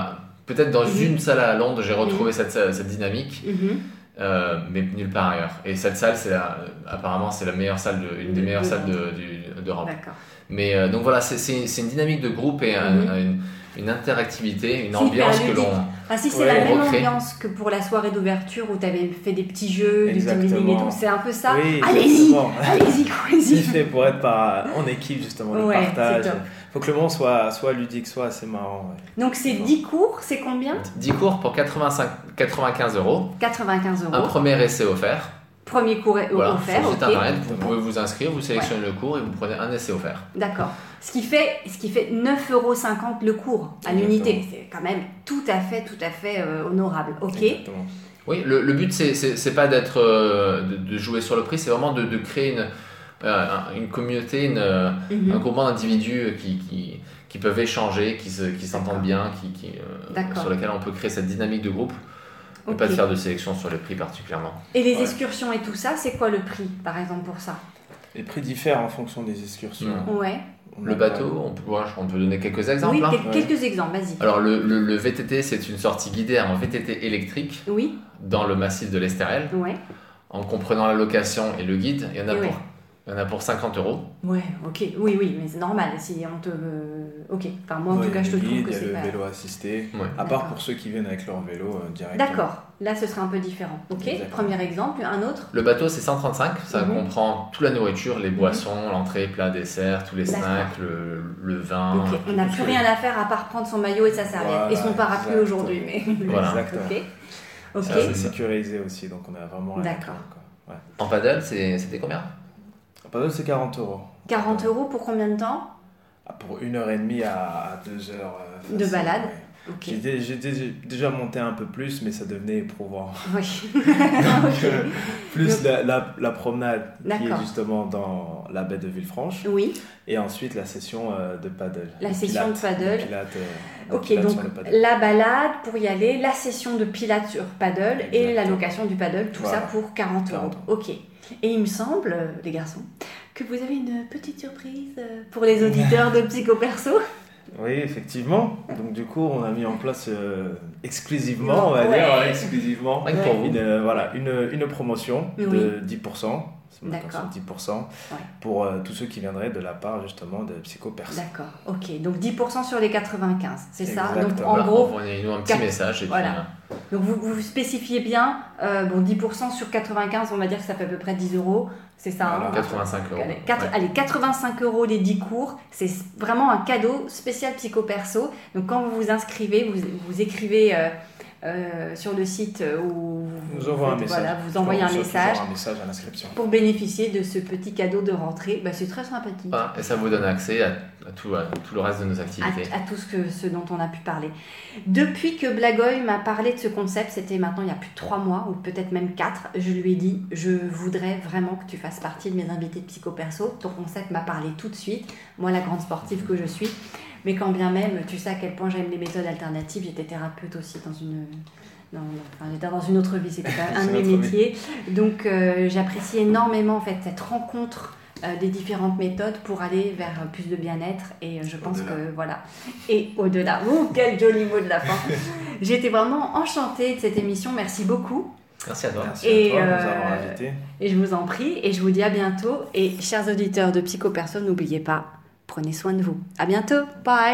Speaker 4: peut-être dans
Speaker 2: Mhm.
Speaker 4: une salle à Londres, j'ai retrouvé
Speaker 2: Mhm.
Speaker 4: cette, cette dynamique,
Speaker 2: Mhm.
Speaker 4: euh, mais nulle part ailleurs. Et cette salle, c'est la- apparemment, c'est la meilleure salle de, une des
Speaker 2: De-
Speaker 4: meilleures
Speaker 2: de
Speaker 4: salles de- du- d'Europe.
Speaker 2: D'accord.
Speaker 4: Mais euh, donc voilà, c'est, c'est, c'est une dynamique de groupe et un-
Speaker 2: Mhm.
Speaker 4: une, une interactivité, une
Speaker 2: C'est hyper
Speaker 4: ambiance que
Speaker 2: ludique.
Speaker 4: l'on...
Speaker 2: Ah si, c'est
Speaker 3: Ouais,
Speaker 2: la
Speaker 3: on
Speaker 2: même
Speaker 4: recrée.
Speaker 2: ambiance que pour la soirée d'ouverture où tu avais fait des petits jeux, du
Speaker 3: Exactement.
Speaker 2: team building et tout. C'est un peu ça.
Speaker 3: Oui,
Speaker 2: Allez-y,
Speaker 3: exactement.
Speaker 2: allez-y,
Speaker 3: C'est
Speaker 2: allez-y.
Speaker 3: fait pour être par, en équipe, justement, le
Speaker 2: Ouais,
Speaker 3: partage.
Speaker 2: c'est top.
Speaker 3: Faut que le monde soit, soit ludique, soit assez marrant. ouais.
Speaker 2: Donc c'est
Speaker 3: Bon.
Speaker 2: dix cours, c'est combien
Speaker 4: dix cours pour quatre-vingt-cinq, quatre-vingt-quinze euros.
Speaker 2: quatre-vingt-quinze
Speaker 4: Un
Speaker 2: euros.
Speaker 4: premier essai offert.
Speaker 2: Premier cours est
Speaker 4: Voilà,
Speaker 2: offert,
Speaker 4: sur le site
Speaker 2: ok.
Speaker 4: internet, vous
Speaker 3: Exactement.
Speaker 4: pouvez vous inscrire, vous sélectionnez le cours et vous prenez un essai offert.
Speaker 2: D'accord. Ce qui fait, ce qui fait neuf euros cinquante le cours à
Speaker 3: Exactement.
Speaker 2: l'unité. C'est quand même tout à fait, tout à fait euh, honorable. Ok.
Speaker 3: Exactement.
Speaker 4: Oui, le, le but, c'est, c'est, c'est pas d'être, euh, de, de jouer sur le prix, c'est vraiment de, de créer une, euh, un- une communauté, une, euh,
Speaker 2: Mhm.
Speaker 4: un groupement d'individus qui, qui, qui peuvent échanger, qui, se, qui s'entendent bien, qui, qui, euh,
Speaker 2: D'accord.
Speaker 4: sur lesquels on peut créer cette dynamique de groupe. Et
Speaker 2: Ok.
Speaker 4: pas de faire de sélection sur les prix particulièrement.
Speaker 2: Et les
Speaker 3: Ouais.
Speaker 2: excursions et tout ça, c'est quoi le prix, par exemple, pour ça
Speaker 3: Les prix diffèrent en fonction des excursions.
Speaker 4: Mm.
Speaker 2: Ouais.
Speaker 3: On
Speaker 4: Le
Speaker 3: a
Speaker 4: bateau, on peut, ouais, on peut donner quelques exemples.
Speaker 2: Oui,
Speaker 4: hein.
Speaker 2: quel-
Speaker 3: Ouais.
Speaker 2: quelques exemples, vas-y.
Speaker 4: Alors le, le, le V T T, c'est une sortie guidée en V T T électrique
Speaker 2: Oui,
Speaker 4: dans le massif de l'Estérel,
Speaker 2: ouais.
Speaker 4: en comprenant la location et le guide. Il y en a,
Speaker 2: Et
Speaker 4: pour,
Speaker 2: ouais.
Speaker 4: il y en a pour cinquante euros.
Speaker 2: Ouais, ok. Oui, oui, mais c'est normal. Si on te. Ok. Enfin, moi, en
Speaker 3: Ouais,
Speaker 2: tout cas,
Speaker 3: il y
Speaker 2: je
Speaker 3: a
Speaker 2: te
Speaker 3: le
Speaker 2: trouve
Speaker 3: guide,
Speaker 2: que
Speaker 3: il y a
Speaker 2: c'est
Speaker 3: le
Speaker 2: pas.
Speaker 3: vélo assisté.
Speaker 4: Ouais.
Speaker 3: À
Speaker 2: D'accord.
Speaker 3: part pour ceux qui viennent avec leur vélo euh, directement.
Speaker 2: D'accord. Là, ce serait un peu différent. Ok.
Speaker 3: Exactement.
Speaker 2: Premier exemple. Un autre.
Speaker 4: Le bateau, c'est cent trente-cinq. Ça
Speaker 2: Mhm.
Speaker 4: comprend toute la nourriture, les boissons, l'entrée, plat, dessert, tous les
Speaker 2: D'accord.
Speaker 4: snacks, le, le vin.
Speaker 2: Ok. On n'a plus
Speaker 4: tout.
Speaker 2: rien à faire à part prendre son maillot et sa serviette
Speaker 3: Voilà,
Speaker 2: et son parapluie
Speaker 3: exact.
Speaker 2: aujourd'hui. Mais.
Speaker 4: Voilà.
Speaker 3: Exactement.
Speaker 2: Ok. Ok.
Speaker 3: Ça, c'est sécurisé aussi, donc on a vraiment rien à
Speaker 2: D'accord.
Speaker 3: craindre, quoi. Ouais.
Speaker 4: En paddle, c'est, c'était combien?
Speaker 3: En paddle, c'est quarante euros.
Speaker 2: quarante euros pour combien de temps
Speaker 3: Ah, pour une heure et demie à, à deux heures. euh,
Speaker 2: De
Speaker 3: facile,
Speaker 2: balade.
Speaker 3: ouais.
Speaker 2: Ok.
Speaker 3: J'ai, dé- j'ai dé- déjà monté un peu plus, mais ça devenait éprouvant.
Speaker 2: Oui.
Speaker 3: Donc, euh, plus
Speaker 2: Donc-
Speaker 3: la, la, la promenade qui est
Speaker 2: D'accord.
Speaker 3: justement dans la baie de Villefranche,
Speaker 2: Oui.
Speaker 3: et ensuite la session euh, de paddle.
Speaker 2: La
Speaker 3: de
Speaker 2: session de
Speaker 3: pilates,
Speaker 2: paddle.
Speaker 3: pilates, euh, de
Speaker 2: Ok,
Speaker 3: pilates
Speaker 2: donc
Speaker 3: sur le paddle.
Speaker 2: la balade pour y aller, la session de pilates sur paddle et la
Speaker 3: Exactement.
Speaker 2: location du paddle, tout
Speaker 3: Voilà.
Speaker 2: ça pour quarante euros.
Speaker 3: quarante.
Speaker 2: Ok. Et il me semble, euh, les garçons, que vous avez une petite surprise euh, pour les auditeurs de Psycho Perso.
Speaker 3: Oui, effectivement. Donc du coup, on a mis en place euh, exclusivement, on va
Speaker 2: Ouais.
Speaker 3: dire, exclusivement,
Speaker 4: Rien que pour vous.
Speaker 3: une, euh, voilà, une, une promotion de
Speaker 2: Oui.
Speaker 3: dix pour cent. C'est maintenant
Speaker 2: D'accord.
Speaker 3: sur dix pour cent
Speaker 2: Ouais.
Speaker 3: pour euh, tous ceux qui viendraient de la part justement de Psycho Perso.
Speaker 2: D'accord, ok. Donc dix pour cent sur les quatre-vingt-quinze, c'est ça. Donc
Speaker 3: Exactement.
Speaker 2: en
Speaker 4: Voilà,
Speaker 2: gros,
Speaker 4: envoyez-nous un petit
Speaker 2: quatre-
Speaker 4: message et puis,
Speaker 2: voilà.
Speaker 4: euh,
Speaker 2: donc vous, vous spécifiez bien, euh, bon, dix pour cent sur quatre-vingt-quinze, on va dire que ça fait à peu près dix euros, c'est ça.
Speaker 3: Voilà.
Speaker 2: hein
Speaker 4: quatre-vingt-cinq euros.
Speaker 2: Allez, quatre-
Speaker 4: Ouais.
Speaker 2: allez, quatre-vingt-cinq euros les dix cours, c'est vraiment un cadeau spécial Psycho Perso. Donc quand vous vous inscrivez, vous, vous écrivez euh, euh, sur le site euh, où
Speaker 3: Nous
Speaker 2: vous,
Speaker 3: envoie un
Speaker 2: faites-
Speaker 3: message.
Speaker 2: voilà, vous envoyez
Speaker 3: On
Speaker 2: un
Speaker 3: reçoit
Speaker 2: message
Speaker 3: toujours un message à l'inscription.
Speaker 2: pour bénéficier de ce petit cadeau de rentrée. Bah, c'est très sympathique.
Speaker 4: Voilà, et ça vous donne accès à, à tout, à tout le reste de nos
Speaker 2: À,
Speaker 4: activités.
Speaker 2: à tout ce, que, ce dont on a pu parler. Depuis que Blagoy m'a parlé de ce concept, c'était maintenant il y a plus de trois mois, ou peut-être même quatre, je lui ai dit, je voudrais vraiment que tu fasses partie de mes invités de Psycho Perso. Ton concept m'a parlé tout de suite, moi la grande sportive que je suis. Mais quand bien même, tu sais à quel point j'aime les méthodes alternatives, j'étais thérapeute aussi dans une... Non, non, enfin, j'étais dans une autre vie, c'était quand même un de
Speaker 3: C'est
Speaker 2: mes
Speaker 3: notre
Speaker 2: métiers. Donc euh, j'apprécie énormément en fait cette rencontre euh, des différentes méthodes pour aller vers euh, plus de bien-être et euh, je pense
Speaker 3: Au-delà.
Speaker 2: que voilà. Et au-delà, ouh, quel joli mot de la fin. J'étais vraiment enchantée de cette émission, merci beaucoup
Speaker 4: Merci à toi.
Speaker 3: Merci
Speaker 2: Et,
Speaker 3: à toi de nous
Speaker 2: euh,
Speaker 3: avoir invités.
Speaker 2: et je vous en prie et je vous dis à bientôt et chers auditeurs de Psycho Perso, n'oubliez pas, prenez soin de vous. À bientôt, bye.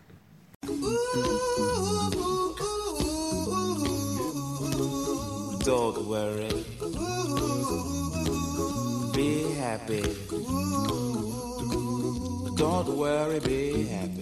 Speaker 1: Don't worry. Be happy. Don't worry, be happy.